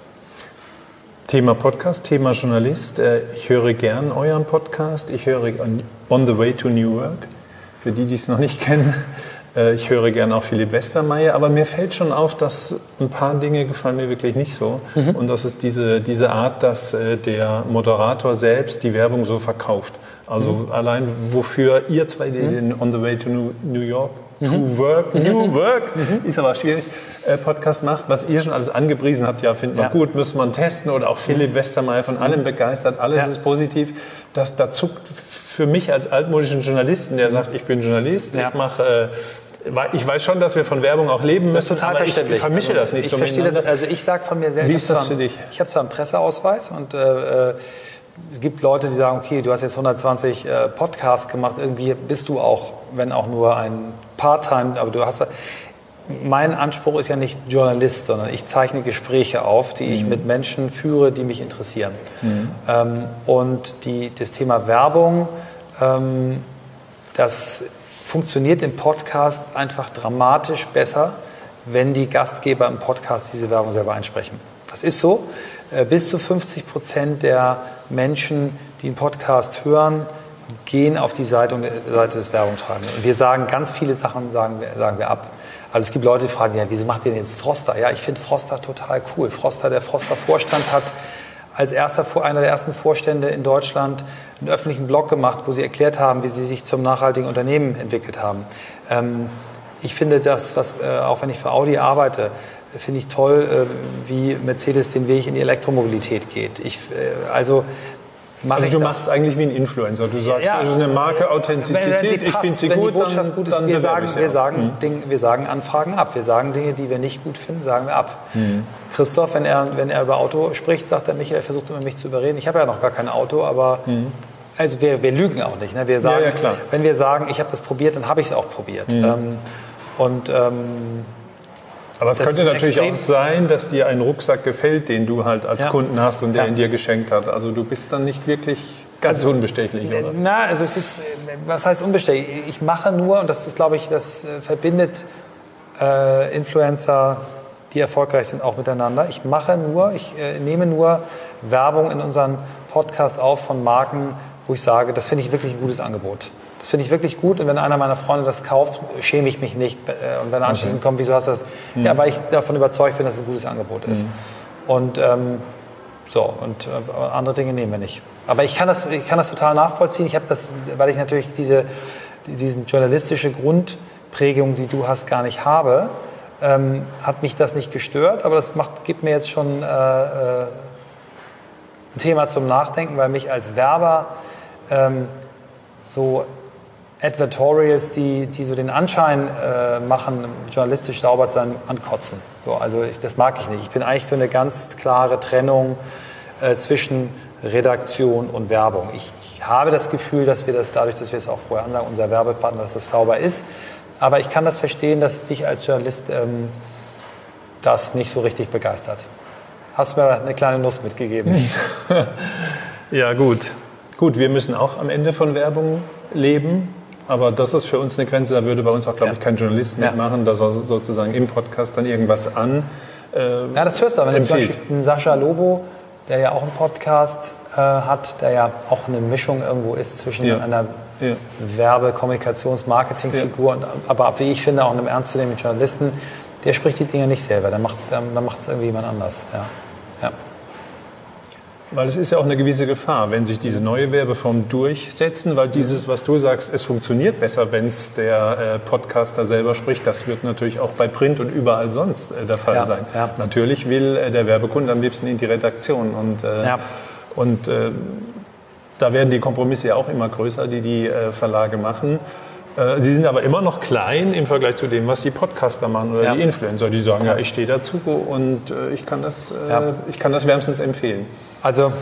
Thema Podcast, Thema Journalist. Ich höre gern euren Podcast. Ich höre On the Way to New Work. Für die, die es noch nicht kennen. Ich höre gern auch Philipp Westermeier. Aber mir fällt schon auf, dass ein paar Dinge gefallen mir wirklich nicht so. Mhm. Und das ist diese, diese Art, dass der Moderator selbst die Werbung so verkauft. Also mhm. allein wofür ihr zwei mhm. den On the Way to New York, to mhm. Work, New Work, mhm. ist aber schwierig, äh, Podcast macht, was ihr schon alles angepriesen habt, ja, findet man ja. gut, muss man testen oder auch Philipp Westermeier von allem begeistert, alles ja. ist positiv. Das, da zuckt für mich als altmodischen Journalisten, der sagt, ich bin Journalist, ja. ich mache... Äh, Ich weiß schon, dass wir von Werbung auch leben müssen, das ist total aber verständlich. Ich vermische das nicht ich so verstehe das. Also ich sage von mir selbst, wie ist das für dich? Ich habe zwar einen Presseausweis und äh, es gibt Leute, die sagen, okay, du hast jetzt hundertzwanzig äh, Podcasts gemacht, irgendwie bist du auch, wenn auch nur ein Part-Time, aber du hast... Mein Anspruch ist ja nicht Journalist, sondern ich zeichne Gespräche auf, die ich mhm. mit Menschen führe, die mich interessieren. Mhm. Ähm, und die, das Thema Werbung, ähm, das funktioniert im Podcast einfach dramatisch besser, wenn die Gastgeber im Podcast diese Werbung selber einsprechen. Das ist so. Äh, bis zu fünfzig Prozent der Menschen, die einen Podcast hören, gehen auf die Seite, und, Seite des Werbungtreibenden. Und wir sagen ganz viele Sachen, sagen wir, sagen wir ab. Also es gibt Leute, die fragen, ja, wieso macht ihr denn jetzt Froster? Ja, ich finde Froster total cool. Froster, der Froster-Vorstand hat als erster, einer der ersten Vorstände in Deutschland einen öffentlichen Blog gemacht, wo sie erklärt haben, wie sie sich zum nachhaltigen Unternehmen entwickelt haben. Ähm, ich finde das, was, äh, auch wenn ich für Audi arbeite, finde ich toll, äh, wie Mercedes den Weg in die Elektromobilität geht. Ich, äh, also Also du machst eigentlich wie ein Influencer. Du sagst, ja, das ist eine Marke Authentizität, ich finde sie wenn gut, die Botschaft dann, gut ist, dann wir sagen, ich wir, ja. sagen mhm. Dinge, wir sagen Anfragen ab. Wir sagen Dinge, die wir nicht gut finden, sagen wir ab. Mhm. Christoph, wenn er, wenn er über Auto spricht, sagt er, Michael versucht immer mich zu überreden. Ich habe ja noch gar kein Auto, aber mhm. also wir, wir lügen auch nicht. Ne? Wir sagen, ja, ja, klar. Wenn wir sagen, ich habe das probiert, dann habe ich es auch probiert. Mhm. Ähm, und ähm, aber es könnte natürlich auch sein, dass dir ein Rucksack gefällt, den du halt als ja. Kunden hast und der ja. ihn dir geschenkt hat. Also du bist dann nicht wirklich ganz also, unbestechlich, oder? Na, also es ist, was heißt unbestechlich? Ich mache nur, und das ist, glaube ich, das äh, verbindet äh, Influencer, die erfolgreich sind, auch miteinander. Ich mache nur, ich äh, nehme nur Werbung in unseren Podcast auf von Marken, wo ich sage, das finde ich wirklich ein gutes Angebot. Das finde ich wirklich gut und wenn einer meiner Freunde das kauft, schäme ich mich nicht. Und wenn er anschließend okay. kommt, wieso hast du das? Mhm. Ja, weil ich davon überzeugt bin, dass es ein gutes Angebot ist. Mhm. Und ähm, so, und äh, andere Dinge nehmen wir nicht. Aber ich kann das, ich kann das total nachvollziehen. Ich habe das, weil ich natürlich diese, diesen journalistische Grundprägung, die du hast, gar nicht habe, ähm, hat mich das nicht gestört. Aber das macht, gibt mir jetzt schon äh, äh, ein Thema zum Nachdenken, weil mich als Werber ähm, so Advertorials, die, die so den Anschein äh, machen, journalistisch sauber zu sein, ankotzen. So, also ich, das mag ich nicht. Ich bin eigentlich für eine ganz klare Trennung äh, zwischen Redaktion und Werbung. Ich, ich habe das Gefühl, dass wir das dadurch, dass wir es auch vorher ansagen, unser Werbepartner, dass das sauber ist. Aber ich kann das verstehen, dass dich als Journalist ähm, das nicht so richtig begeistert. Hast du mir eine kleine Nuss mitgegeben? Ja, gut. Gut, wir müssen auch am Ende von Werbung leben. Aber das ist für uns eine Grenze, da würde bei uns auch, glaube ja. ich, kein Journalist ja. mitmachen, dass er sozusagen im Podcast dann irgendwas an äh, Ja, das hörst du, wenn du zum Beispiel einen Sascha Lobo, der ja auch einen Podcast äh, hat, der ja auch eine Mischung irgendwo ist zwischen ja. einer ja. Werbe-, Kommunikations-, Marketing-Figur, ja. und, aber wie ich finde, auch einem ernstzunehmenden Journalisten, der spricht die Dinge nicht selber, dann macht dann macht es irgendwie jemand anders. Ja. Ja. Weil es ist ja auch eine gewisse Gefahr, wenn sich diese neue Werbeform durchsetzen, weil dieses, was du sagst, es funktioniert besser, wenn es der äh, Podcaster selber spricht. Das wird natürlich auch bei Print und überall sonst äh, der Fall ja, sein. Ja. Natürlich will äh, der Werbekunde am liebsten in die Redaktion und, äh, ja. und äh, da werden die Kompromisse ja auch immer größer, die die äh, Verlage machen. Sie sind aber immer noch klein im Vergleich zu dem, was die Podcaster machen oder ja. die Influencer. Die sagen, ja, ich stehe dazu und äh, ich, kann das, äh, ja. ich kann das wärmstens empfehlen. Also,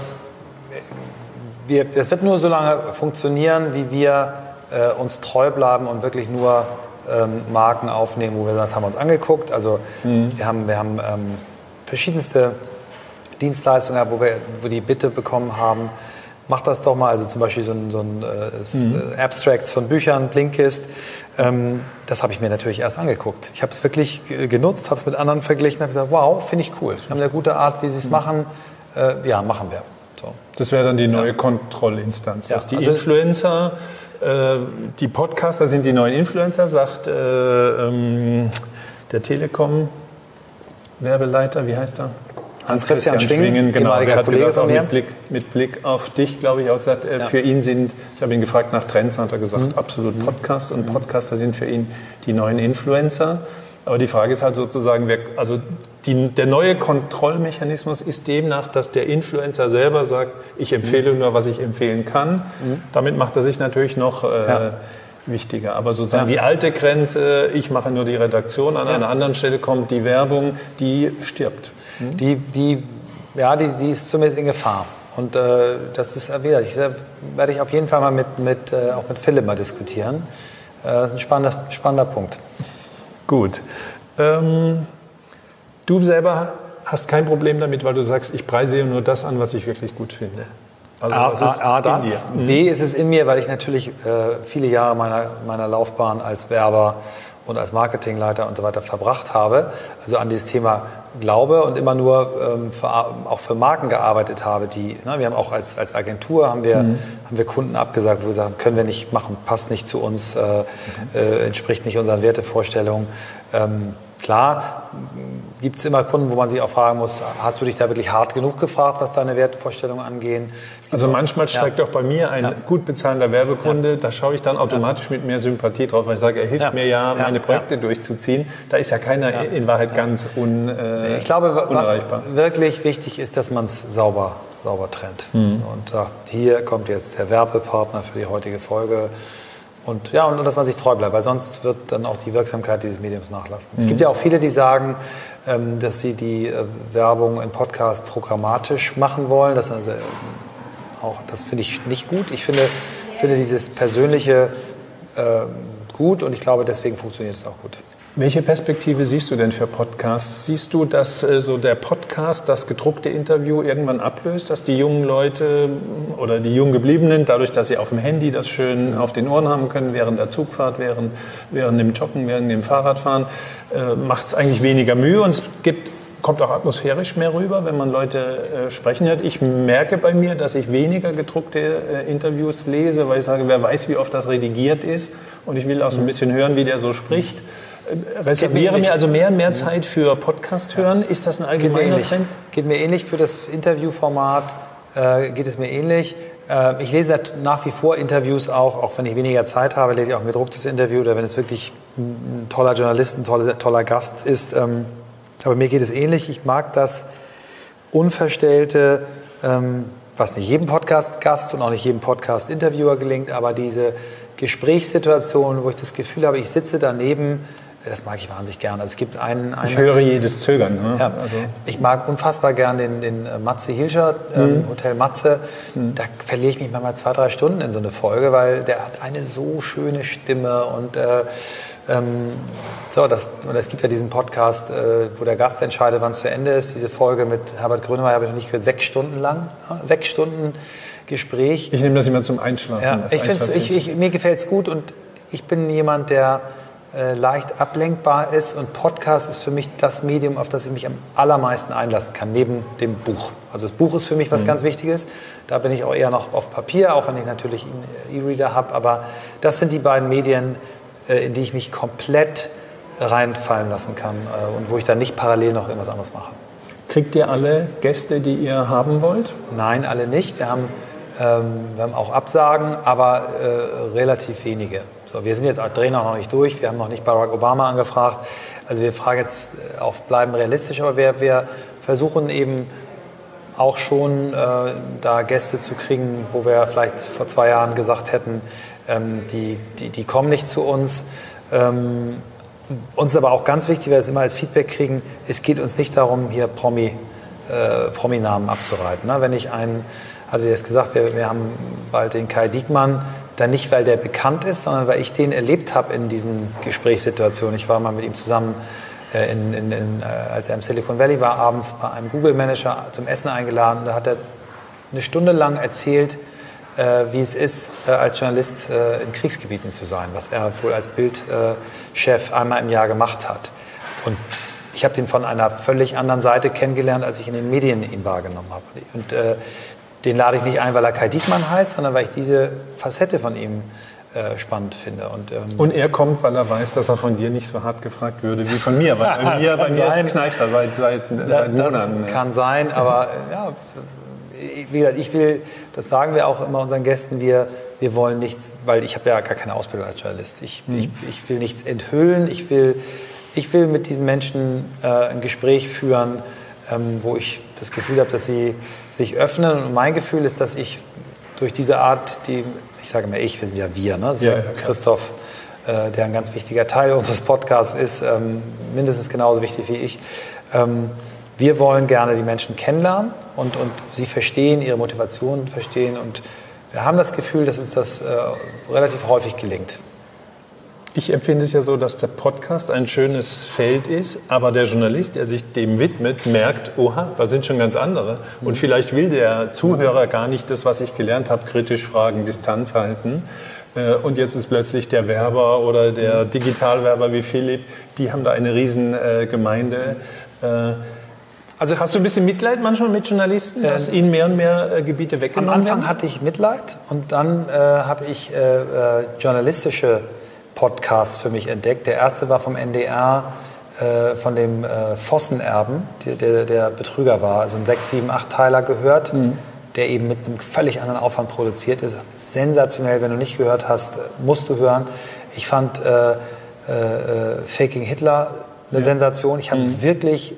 wir, das wird nur so lange funktionieren, wie wir äh, uns treu bleiben und wirklich nur ähm, Marken aufnehmen, wo wir sagen, das haben wir uns angeguckt. Also, mhm. wir haben, wir haben ähm, verschiedenste Dienstleistungen, wo wir wo die Bitte bekommen haben, mach das doch mal, also zum Beispiel so ein, so ein äh, mhm. Abstracts von Büchern, Blinkist, ähm, das habe ich mir natürlich erst angeguckt. Ich habe es wirklich genutzt, habe es mit anderen verglichen, habe gesagt, wow, finde ich cool. Wir haben eine gute Art, wie sie es mhm. machen. Äh, ja, machen wir. So. Das wäre dann die neue ja. Kontrollinstanz, dass ja, die also Influencer, äh, die Podcaster sind die neuen Influencer, sagt äh, ähm, der Telekom-Werbeleiter, wie heißt er? Hans-Christian Schwingen, Schwingen, genau, ehemaliger hat Kollege gesagt, von mir. Mit Blick, mit Blick auf dich, glaube ich, auch gesagt, äh, ja. für ihn sind, ich habe ihn gefragt nach Trends, hat er gesagt, mhm. absolut Podcast und Podcaster sind für ihn die neuen Influencer. Aber die Frage ist halt sozusagen, wer, also die, der neue Kontrollmechanismus ist demnach, dass der Influencer selber sagt, ich empfehle mhm. nur, was ich empfehlen kann. Mhm. Damit macht er sich natürlich noch äh, ja. wichtiger. Aber sozusagen ja. die alte Grenze, ich mache nur die Redaktion, an ja. einer anderen Stelle kommt die Werbung, die stirbt. Die, die, ja, die, die ist zumindest in Gefahr. Und äh, das ist wieder, ich, werde ich auf jeden Fall mal mit, mit, äh, auch mit Philipp mal diskutieren. Äh, das ist ein spannender, spannender Punkt. Gut. Ähm, du selber hast kein Problem damit, weil du sagst, ich preise nur das an, was ich wirklich gut finde. Also A, das ist A, A das. Mhm. B ist es in mir, weil ich natürlich äh, viele Jahre meiner, meiner Laufbahn als Werber und als Marketingleiter und so weiter verbracht habe, also an dieses Thema glaube und immer nur ähm, für, auch für Marken gearbeitet habe, die, ne, wir haben auch als, als Agentur haben wir, mhm. haben wir Kunden abgesagt, wo wir sagen, können wir nicht machen, passt nicht zu uns, äh, mhm. äh, entspricht nicht unseren Wertevorstellungen. Ähm, klar gibt es immer Kunden, wo man sich auch fragen muss, hast du dich da wirklich hart genug gefragt, was deine Wertvorstellungen angehen? Also manchmal steigt ja. auch bei mir ein ja. gut bezahlender Werbekunde, ja. da schaue ich dann automatisch ja. mit mehr Sympathie drauf, weil ich sage, er hilft ja. mir ja, meine ja. Projekte ja. durchzuziehen. Da ist ja keiner ja. in Wahrheit ja. ganz un, äh, ich glaube, was unerreichbar. Wirklich wichtig ist, dass man es sauber, sauber trennt. Mhm. Und sagt, hier kommt jetzt der Werbepartner für die heutige Folge. Und ja, und dass man sich treu bleibt, weil sonst wird dann auch die Wirksamkeit dieses Mediums nachlassen. Mhm. Es gibt ja auch viele, die sagen, ähm, dass sie die äh, Werbung im Podcast programmatisch machen wollen. Das, also, auch, das finde ich nicht gut. Ich finde, finde dieses Persönliche äh, gut und ich glaube, deswegen funktioniert es auch gut. Welche Perspektive siehst du denn für Podcasts? Siehst du, dass äh, so der Podcast das gedruckte Interview irgendwann ablöst, dass die jungen Leute oder die jung gebliebenen, dadurch, dass sie auf dem Handy das schön auf den Ohren haben können, während der Zugfahrt, während, während dem Joggen, während dem Fahrradfahren, äh, macht es eigentlich weniger Mühe und es gibt, kommt auch atmosphärisch mehr rüber, wenn man Leute äh, sprechen hört. Ich merke bei mir, dass ich weniger gedruckte äh, Interviews lese, weil ich sage, wer weiß, wie oft das redigiert ist und ich will auch so ein bisschen hören, wie der so spricht. Reserviere mir also mehr und mehr Zeit für Podcast hören. Ist das ein allgemeiner geht Trend? Geht mir ähnlich. Für das Interviewformat äh, geht es mir ähnlich. Äh, ich lese nach wie vor Interviews auch, auch wenn ich weniger Zeit habe, lese ich auch ein gedrucktes Interview oder wenn es wirklich ein toller Journalist, ein toller, toller Gast ist. Ähm, aber mir geht es ähnlich. Ich mag das unverstellte, ähm, was nicht jedem Podcast-Gast und auch nicht jedem Podcast-Interviewer gelingt, aber diese Gesprächssituation, wo ich das Gefühl habe, ich sitze daneben. Das mag ich wahnsinnig gerne. Also es gibt einen, einen ich höre jedes Zögern. Ne? Ja, also. Ich mag unfassbar gern den, den Matze Hilscher, ähm, mhm. Hotel Matze. Mhm. Da verliere ich mich manchmal zwei, drei Stunden in so eine Folge, weil der hat eine so schöne Stimme. Und äh, ähm, so, das, und es gibt ja diesen Podcast, äh, wo der Gast entscheidet, wann es zu Ende ist. Diese Folge mit Herbert Grönemeyer habe ich noch nicht gehört, sechs Stunden lang. Ja, sechs Stunden Gespräch. Ich nehme das immer zum Einschlafen. Ja, ich find's, ich, ich, mir gefällt es gut und ich bin jemand, der äh, leicht ablenkbar ist und Podcast ist für mich das Medium, auf das ich mich am allermeisten einlassen kann, neben dem Buch. Also das Buch ist für mich was mhm. ganz Wichtiges. Da bin ich auch eher noch auf Papier, auch wenn ich natürlich einen E-Reader habe. Aber das sind die beiden Medien, äh, in die ich mich komplett reinfallen lassen kann äh, und wo ich dann nicht parallel noch irgendwas anderes mache. Kriegt ihr alle Gäste, die ihr haben wollt? Nein, alle nicht. Wir haben Ähm, wir haben auch Absagen, aber äh, relativ wenige. So, wir sind jetzt drehen auch noch nicht durch. Wir haben noch nicht Barack Obama angefragt. Also wir fragen jetzt auch, bleiben realistisch, aber wir, wir versuchen eben auch schon äh, da Gäste zu kriegen, wo wir vielleicht vor zwei Jahren gesagt hätten, ähm, die, die, die kommen nicht zu uns. Ähm, uns ist aber auch ganz wichtig, weil wir es immer als Feedback kriegen, es geht uns nicht darum, hier Promi, äh, Prominamen abzureiten. Ne? Wenn ich einen hatte jetzt gesagt, wir, wir haben bald den Kai Diekmann, dann nicht, weil der bekannt ist, sondern weil ich den erlebt habe in diesen Gesprächssituationen. Ich war mal mit ihm zusammen, äh, in, in, in, äh, als er im Silicon Valley war, abends bei einem Google-Manager zum Essen eingeladen. Da hat er eine Stunde lang erzählt, äh, wie es ist, äh, als Journalist äh, in Kriegsgebieten zu sein, was er wohl als Bildchef äh, einmal im Jahr gemacht hat. Und ich habe den von einer völlig anderen Seite kennengelernt, als ich in den Medien ihn wahrgenommen habe. Und äh, den lade ich nicht ein, weil er Kai Diekmann heißt, sondern weil ich diese Facette von ihm äh, spannend finde. Und, ähm, und er kommt, weil er weiß, dass er von dir nicht so hart gefragt würde wie von mir. Weil bei mir, bei mir kneift er seit, seit, seit Monaten. Das kann sein, aber ja, wie gesagt, ich will, das sagen wir auch immer unseren Gästen, wir, wir wollen nichts, weil ich habe ja gar keine Ausbildung als Journalist. Ich, mhm. ich, ich will nichts enthüllen, ich will, ich will mit diesen Menschen äh, ein Gespräch führen, ähm, wo ich das Gefühl habe, dass sie sich öffnen. Und mein Gefühl ist, dass ich durch diese Art, die, ich sage mal ich, wir sind ja wir, ne? Das ist ja, ja Christoph, äh, der ein ganz wichtiger Teil unseres Podcasts ist, ähm, mindestens genauso wichtig wie ich. Ähm, wir wollen gerne die Menschen kennenlernen und, und sie verstehen, ihre Motivation verstehen. Und wir haben das Gefühl, dass uns das äh, relativ häufig gelingt. Ich empfinde es ja so, dass der Podcast ein schönes Feld ist, aber der Journalist, der sich dem widmet, merkt, oha, da sind schon ganz andere. Und vielleicht will der Zuhörer gar nicht das, was ich gelernt habe, kritisch fragen, Distanz halten. Und jetzt ist plötzlich der Werber oder der Digitalwerber wie Philipp, die haben da eine riesen Gemeinde. Also hast du ein bisschen Mitleid manchmal mit Journalisten, dass äh, ihnen mehr und mehr äh, Gebiete weggenommen werden? Am Anfang hatte ich Mitleid und dann äh, habe ich äh, äh, journalistische Podcasts für mich entdeckt. Der erste war vom N D R, äh, von dem äh, Vossen-Erben, der, der, der Betrüger war, also ein sechs, sieben, acht Teiler gehört, mhm. der eben mit einem völlig anderen Aufwand produziert ist. Sensationell, wenn du nicht gehört hast, musst du hören. Ich fand äh, äh, Faking Hitler eine ja. Sensation. Ich habe mhm. wirklich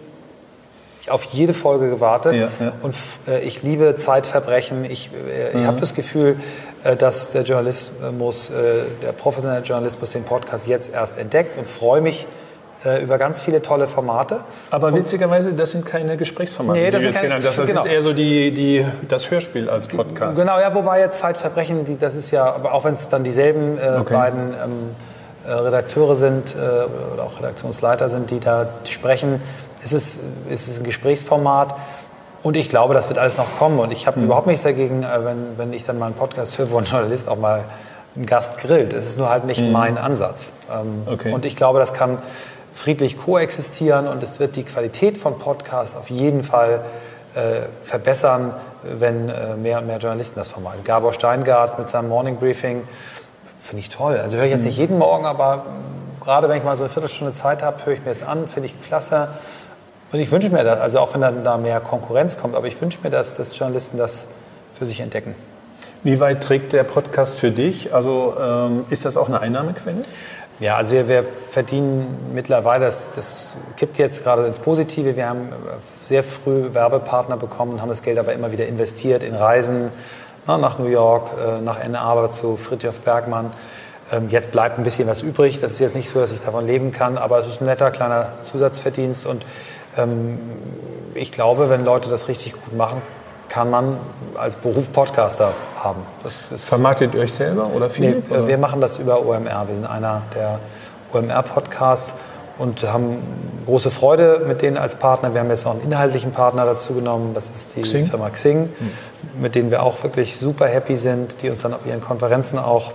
auf jede Folge gewartet ja, ja. und äh, ich liebe Zeitverbrechen. Ich, äh, mhm. ich habe das Gefühl, äh, dass der Journalismus, äh, der professionelle Journalismus den Podcast jetzt erst entdeckt und freue mich äh, über ganz viele tolle Formate. Aber und, witzigerweise, das sind keine Gesprächsformate, nee, die das du jetzt keine, genannt hast. Das genau. ist eher so die, die, das Hörspiel als Podcast. Genau, ja, wobei jetzt Zeitverbrechen, die, das ist ja, aber auch wenn es dann dieselben äh, okay. beiden ähm, äh, Redakteure sind äh, oder auch Redaktionsleiter sind, die da sprechen, ist es, ist es ein Gesprächsformat. Und ich glaube, das wird alles noch kommen. Und ich habe mhm. überhaupt nichts dagegen, wenn, wenn ich dann mal einen Podcast höre, wo ein Journalist auch mal einen Gast grillt. Es ist nur halt nicht mhm. mein Ansatz. Ähm, okay. Und ich glaube, das kann friedlich koexistieren und es wird die Qualität von Podcasts auf jeden Fall äh, verbessern, wenn äh, mehr und mehr Journalisten das vermeiden. Gabor Steingart mit seinem Morning Briefing finde ich toll. Also höre ich jetzt mhm. nicht jeden Morgen, aber gerade wenn ich mal so eine Viertelstunde Zeit habe, höre ich mir das an, finde ich klasse. Und ich wünsche mir das, also auch wenn dann da mehr Konkurrenz kommt, aber ich wünsche mir, dass, dass Journalisten das für sich entdecken. Wie weit trägt der Podcast für dich? Also ähm, ist das auch eine Einnahmequelle? Ja, also wir, wir verdienen mittlerweile, das, das kippt jetzt gerade ins Positive. Wir haben sehr früh Werbepartner bekommen, haben das Geld aber immer wieder investiert in Reisen na, nach New York, äh, nach Ann Arbor zu Fridtjof Bergmann. Ähm, jetzt bleibt ein bisschen was übrig. Das ist jetzt nicht so, dass ich davon leben kann, aber es ist ein netter kleiner Zusatzverdienst. Und ähm, ich glaube, wenn Leute das richtig gut machen, kann man als Beruf Podcaster haben. Das ist Vermarktet ihr euch selber oder viel? Nee, oder? Wir machen das über O M R. Wir sind einer der O M R-Podcasts und haben große Freude mit denen als Partner. Wir haben jetzt noch einen inhaltlichen Partner dazu genommen. Das ist die Xing? Firma Xing, mhm. mit denen wir auch wirklich super happy sind, die uns dann auf ihren Konferenzen auch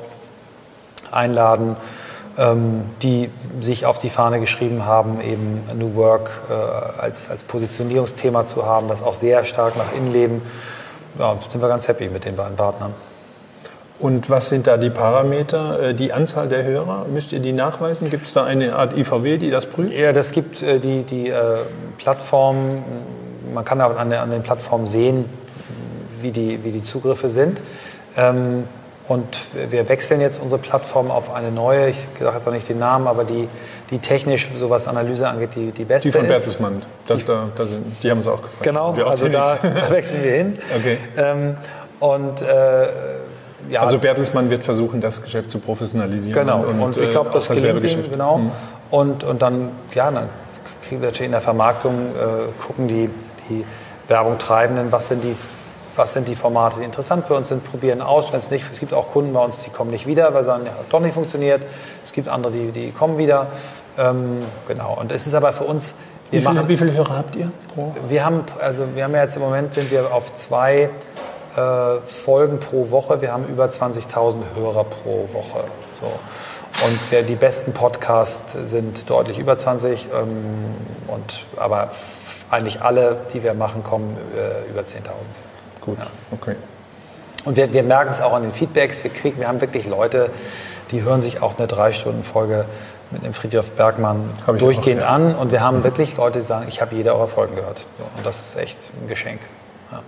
einladen, ähm, die sich auf die Fahne geschrieben haben, eben New Work äh, als, als Positionierungsthema zu haben, das auch sehr stark nach innen leben. Ja, sind wir ganz happy mit den beiden Partnern. Und was sind da die Parameter? Die Anzahl der Hörer, müsst ihr die nachweisen? Gibt es da eine Art I V W, die das prüft? Ja, das gibt äh, die, die äh, Plattformen, man kann aber an, an den Plattformen sehen, wie die, wie die Zugriffe sind. Ähm, Und wir wechseln jetzt unsere Plattform auf eine neue, ich sage jetzt auch nicht den Namen, aber die, die technisch, so was Analyse angeht, die, die beste ist. Die von Bertelsmann, das, da, da sind, die haben uns auch gefragt. Genau, also da, da wechseln wir hin. Okay. Ähm, und, äh, ja. Also Bertelsmann wird versuchen, das Geschäft zu professionalisieren. Genau, und, und ich glaube, das, das gelingt ihm, genau. Mhm. Und, und dann, ja, dann kriegen wir natürlich in der Vermarktung, äh, gucken die, die Werbung-Treibenden, was sind die Was sind die Formate, die interessant für uns sind, probieren aus. Wenn es nicht, es gibt auch Kunden bei uns, die kommen nicht wieder, weil sie sagen, ja, hat doch nicht funktioniert. Es gibt andere, die, die kommen wieder. Ähm, genau. Und es ist aber für uns. Wie viele, wie viele Hörer habt ihr pro? Wir haben, also wir haben ja jetzt im Moment sind wir auf zwei äh, Folgen pro Woche. Wir haben über zwanzigtausend Hörer pro Woche. So. Und wir, die besten Podcasts sind deutlich über zwanzig. Ähm, und aber eigentlich alle, die wir machen, kommen äh, über zehntausend. Gut, ja. Okay. Und wir, wir merken es auch an den Feedbacks. Wir kriegen, wir haben wirklich Leute, die hören sich auch eine Drei-Stunden-Folge mit dem Fridtjof Bergmann durchgehend auch, ja. an. Und wir haben wirklich Leute, die sagen, ich habe jede eurer Folgen gehört. So, und das ist echt ein Geschenk. Ja.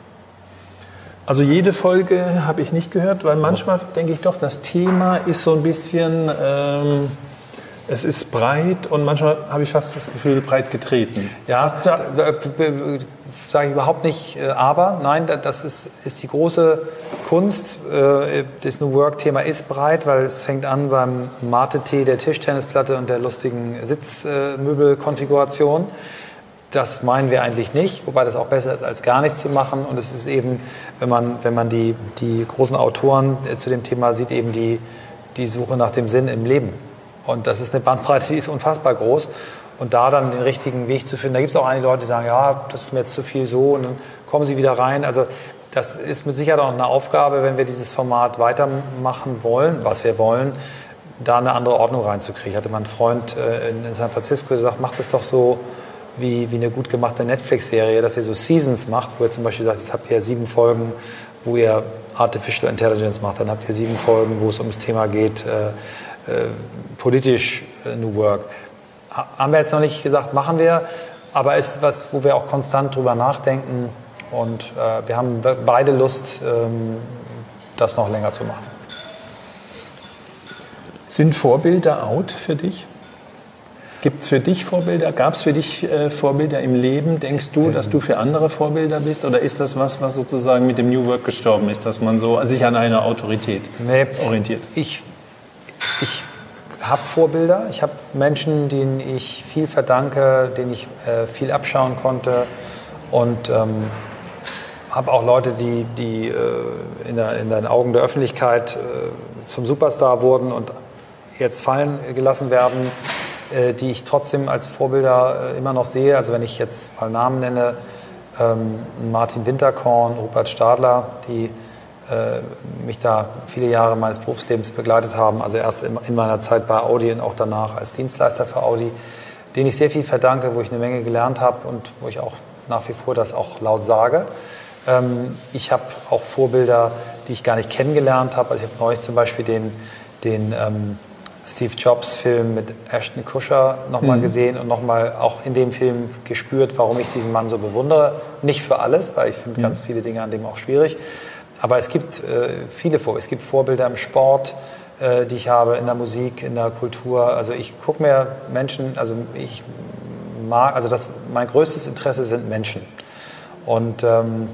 Also jede Folge habe ich nicht gehört, weil manchmal denke ich doch, das Thema ist so ein bisschen, ähm, es ist breit und manchmal habe ich fast das Gefühl, breit getreten. Ja, sage ich überhaupt nicht, aber nein, das ist, ist die große Kunst. Das New Work-Thema ist breit, weil es fängt an beim Mate-Tee, der Tischtennisplatte und der lustigen Sitzmöbelkonfiguration. Das meinen wir eigentlich nicht, wobei das auch besser ist, als gar nichts zu machen. Und es ist eben, wenn man, wenn man die, die großen Autoren zu dem Thema sieht, eben die, die Suche nach dem Sinn im Leben. Und das ist eine Bandbreite, die ist unfassbar groß. Und da dann den richtigen Weg zu finden, da gibt es auch einige Leute, die sagen, ja, das ist mir jetzt zu viel so und dann kommen sie wieder rein. Also das ist mit Sicherheit auch eine Aufgabe, wenn wir dieses Format weitermachen wollen, was wir wollen, da eine andere Ordnung reinzukriegen. Ich hatte mal einen Freund in San Francisco, der gesagt, macht es doch so wie, wie eine gut gemachte Netflix-Serie, dass ihr so Seasons macht, wo ihr zum Beispiel sagt, jetzt habt ihr ja sieben Folgen, wo ihr Artificial Intelligence macht, dann habt ihr sieben Folgen, wo es ums Thema geht, äh, äh, politisch äh, New Work. haben wir jetzt noch nicht gesagt, machen wir, aber ist was, wo wir auch konstant drüber nachdenken und äh, wir haben beide Lust, ähm, das noch länger zu machen. Sind Vorbilder out für dich? Gibt es für dich Vorbilder? Gab es für dich äh, Vorbilder im Leben? Denkst du, dass du für andere Vorbilder bist? Oder ist das was, was sozusagen mit dem New Work gestorben ist, dass man so sich an eine Autorität nee, orientiert? Ich, ich habe Vorbilder. Ich habe Menschen, denen ich viel verdanke, denen ich äh, viel abschauen konnte. Und ähm, habe auch Leute, die, die äh, in, der, in den Augen der Öffentlichkeit äh, zum Superstar wurden und jetzt fallen gelassen werden, die ich trotzdem als Vorbilder immer noch sehe. Also wenn ich jetzt mal Namen nenne, ähm, Martin Winterkorn, Rupert Stadler, die äh, mich da viele Jahre meines Berufslebens begleitet haben, also erst in, in meiner Zeit bei Audi und auch danach als Dienstleister für Audi, denen ich sehr viel verdanke, wo ich eine Menge gelernt habe und wo ich auch nach wie vor das auch laut sage. Ähm, ich habe auch Vorbilder, die ich gar nicht kennengelernt habe. Also ich habe neulich zum Beispiel den, den ähm, Steve Jobs Film mit Ashton Kutcher nochmal mhm. gesehen und nochmal auch in dem Film gespürt, warum ich diesen Mann so bewundere. Nicht für alles, weil ich finde mhm. ganz viele Dinge an dem auch schwierig. Aber es gibt äh, viele Vorbilder. Es gibt Vorbilder im Sport, äh, die ich habe, in der Musik, in der Kultur. Also ich gucke mir Menschen, also ich mag, also das, mein größtes Interesse sind Menschen. Und ähm,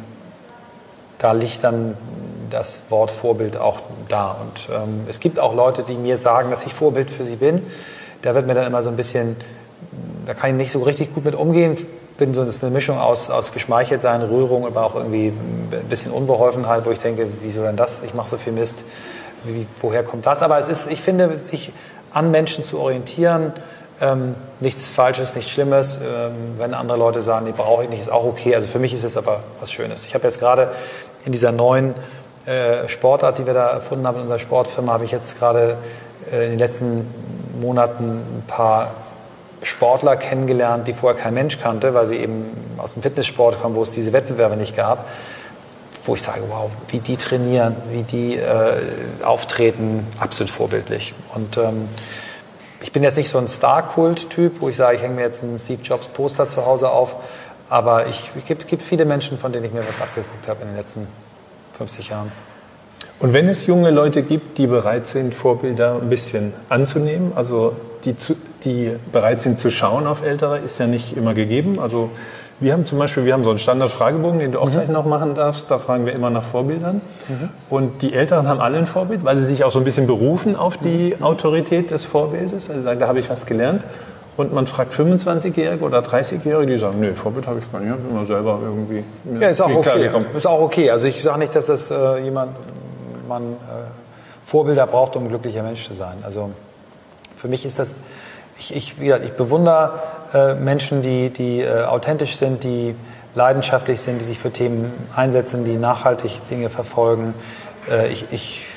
da liegt dann das Wort Vorbild auch da. Und ähm, es gibt auch Leute, die mir sagen, dass ich Vorbild für sie bin. Da wird mir dann immer so ein bisschen, da kann ich nicht so richtig gut mit umgehen. Bin so eine Mischung aus, aus Geschmeicheltsein, Rührung, aber auch irgendwie ein bisschen Unbeholfenheit, wo ich denke, wieso denn das? Ich mache so viel Mist. Wie, woher kommt das? Aber es ist, ich finde, sich an Menschen zu orientieren, ähm, nichts Falsches, nichts Schlimmes. Ähm, wenn andere Leute sagen, nee, brauche ich nicht, ist auch okay. Also für mich ist es aber was Schönes. Ich habe jetzt gerade in dieser neuen äh, Sportart, die wir da erfunden haben in unserer Sportfirma, habe ich jetzt gerade äh, in den letzten Monaten ein paar Sportler kennengelernt, die vorher kein Mensch kannte, weil sie eben aus dem Fitnesssport kommen, wo es diese Wettbewerbe nicht gab, wo ich sage, wow, wie die trainieren, wie die äh, auftreten, absolut vorbildlich. Und ähm, ich bin jetzt nicht so ein Star-Kult-Typ, wo ich sage, ich hänge mir jetzt ein Steve Jobs Poster zu Hause auf, aber ich, es gibt, gibt viele Menschen, von denen ich mir was abgeguckt habe in den letzten fünfzig Jahren. Und wenn es junge Leute gibt, die bereit sind, Vorbilder ein bisschen anzunehmen, also die, zu, die bereit sind zu schauen auf Ältere, ist ja nicht immer gegeben. Also wir haben zum Beispiel, wir haben so einen Standardfragebogen, den du auch mhm. gleich noch machen darfst. Da fragen wir immer nach Vorbildern. Mhm. Und die Älteren haben alle ein Vorbild, weil sie sich auch so ein bisschen berufen auf die Autorität des Vorbildes. Also sagen, da habe ich was gelernt. Und man fragt fünfundzwanzigjährige oder dreißigjährige, die sagen, nee, Vorbild habe ich gar nicht, ich habe immer selber irgendwie... Ja, ja ist auch okay. Ist auch okay. Also ich sage nicht, dass das äh, jemand, man äh, Vorbilder braucht, um ein glücklicher Mensch zu sein. Also für mich ist das, ich, ich, ich bewundere äh, Menschen, die, die äh, authentisch sind, die leidenschaftlich sind, die sich für Themen einsetzen, die nachhaltig Dinge verfolgen. Äh, ich, ich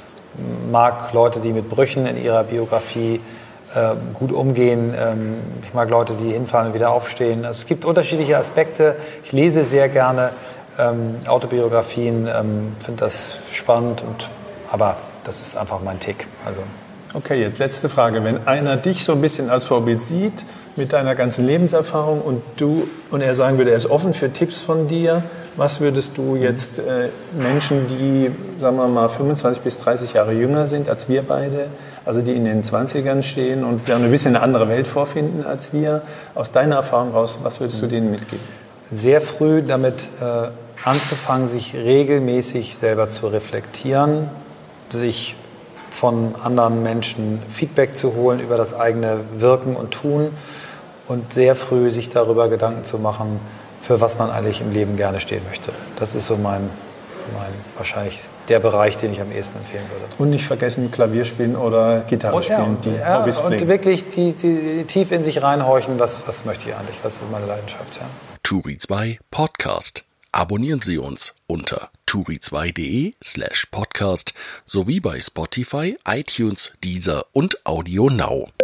mag Leute, die mit Brüchen in ihrer Biografie gut umgehen. Ich mag Leute, die hinfallen und wieder aufstehen. Also es gibt unterschiedliche Aspekte. Ich lese sehr gerne ähm, Autobiografien, ähm, finde das spannend, und, aber das ist einfach mein Tick. Also. Okay, jetzt letzte Frage. Wenn einer dich so ein bisschen als Vorbild sieht, mit deiner ganzen Lebenserfahrung, und du und er sagen würde, er ist offen für Tipps von dir, was würdest du jetzt äh, Menschen, die, sagen wir mal, fünfundzwanzig bis dreißig Jahre jünger sind als wir beide, also die in den zwanzigern stehen und ein bisschen eine andere Welt vorfinden als wir, aus deiner Erfahrung raus, was würdest du denen mitgeben? Sehr früh damit äh, anzufangen, sich regelmäßig selber zu reflektieren, sich von anderen Menschen Feedback zu holen über das eigene Wirken und Tun und sehr früh sich darüber Gedanken zu machen, für was man eigentlich im Leben gerne stehen möchte. Das ist so mein, mein wahrscheinlich der Bereich, den ich am ehesten empfehlen würde. Und nicht vergessen, Klavier spielen oder Gitarre und, spielen, ja, die ja, Hobbys pflegen. Und wirklich die, die, tief in sich reinhorchen, was, was möchte ich eigentlich, was ist meine Leidenschaft. Ja. Turi zwei Podcast. Abonnieren Sie uns unter turi zwei punkt de slash podcast sowie bei Spotify, iTunes, Deezer und Audio Now.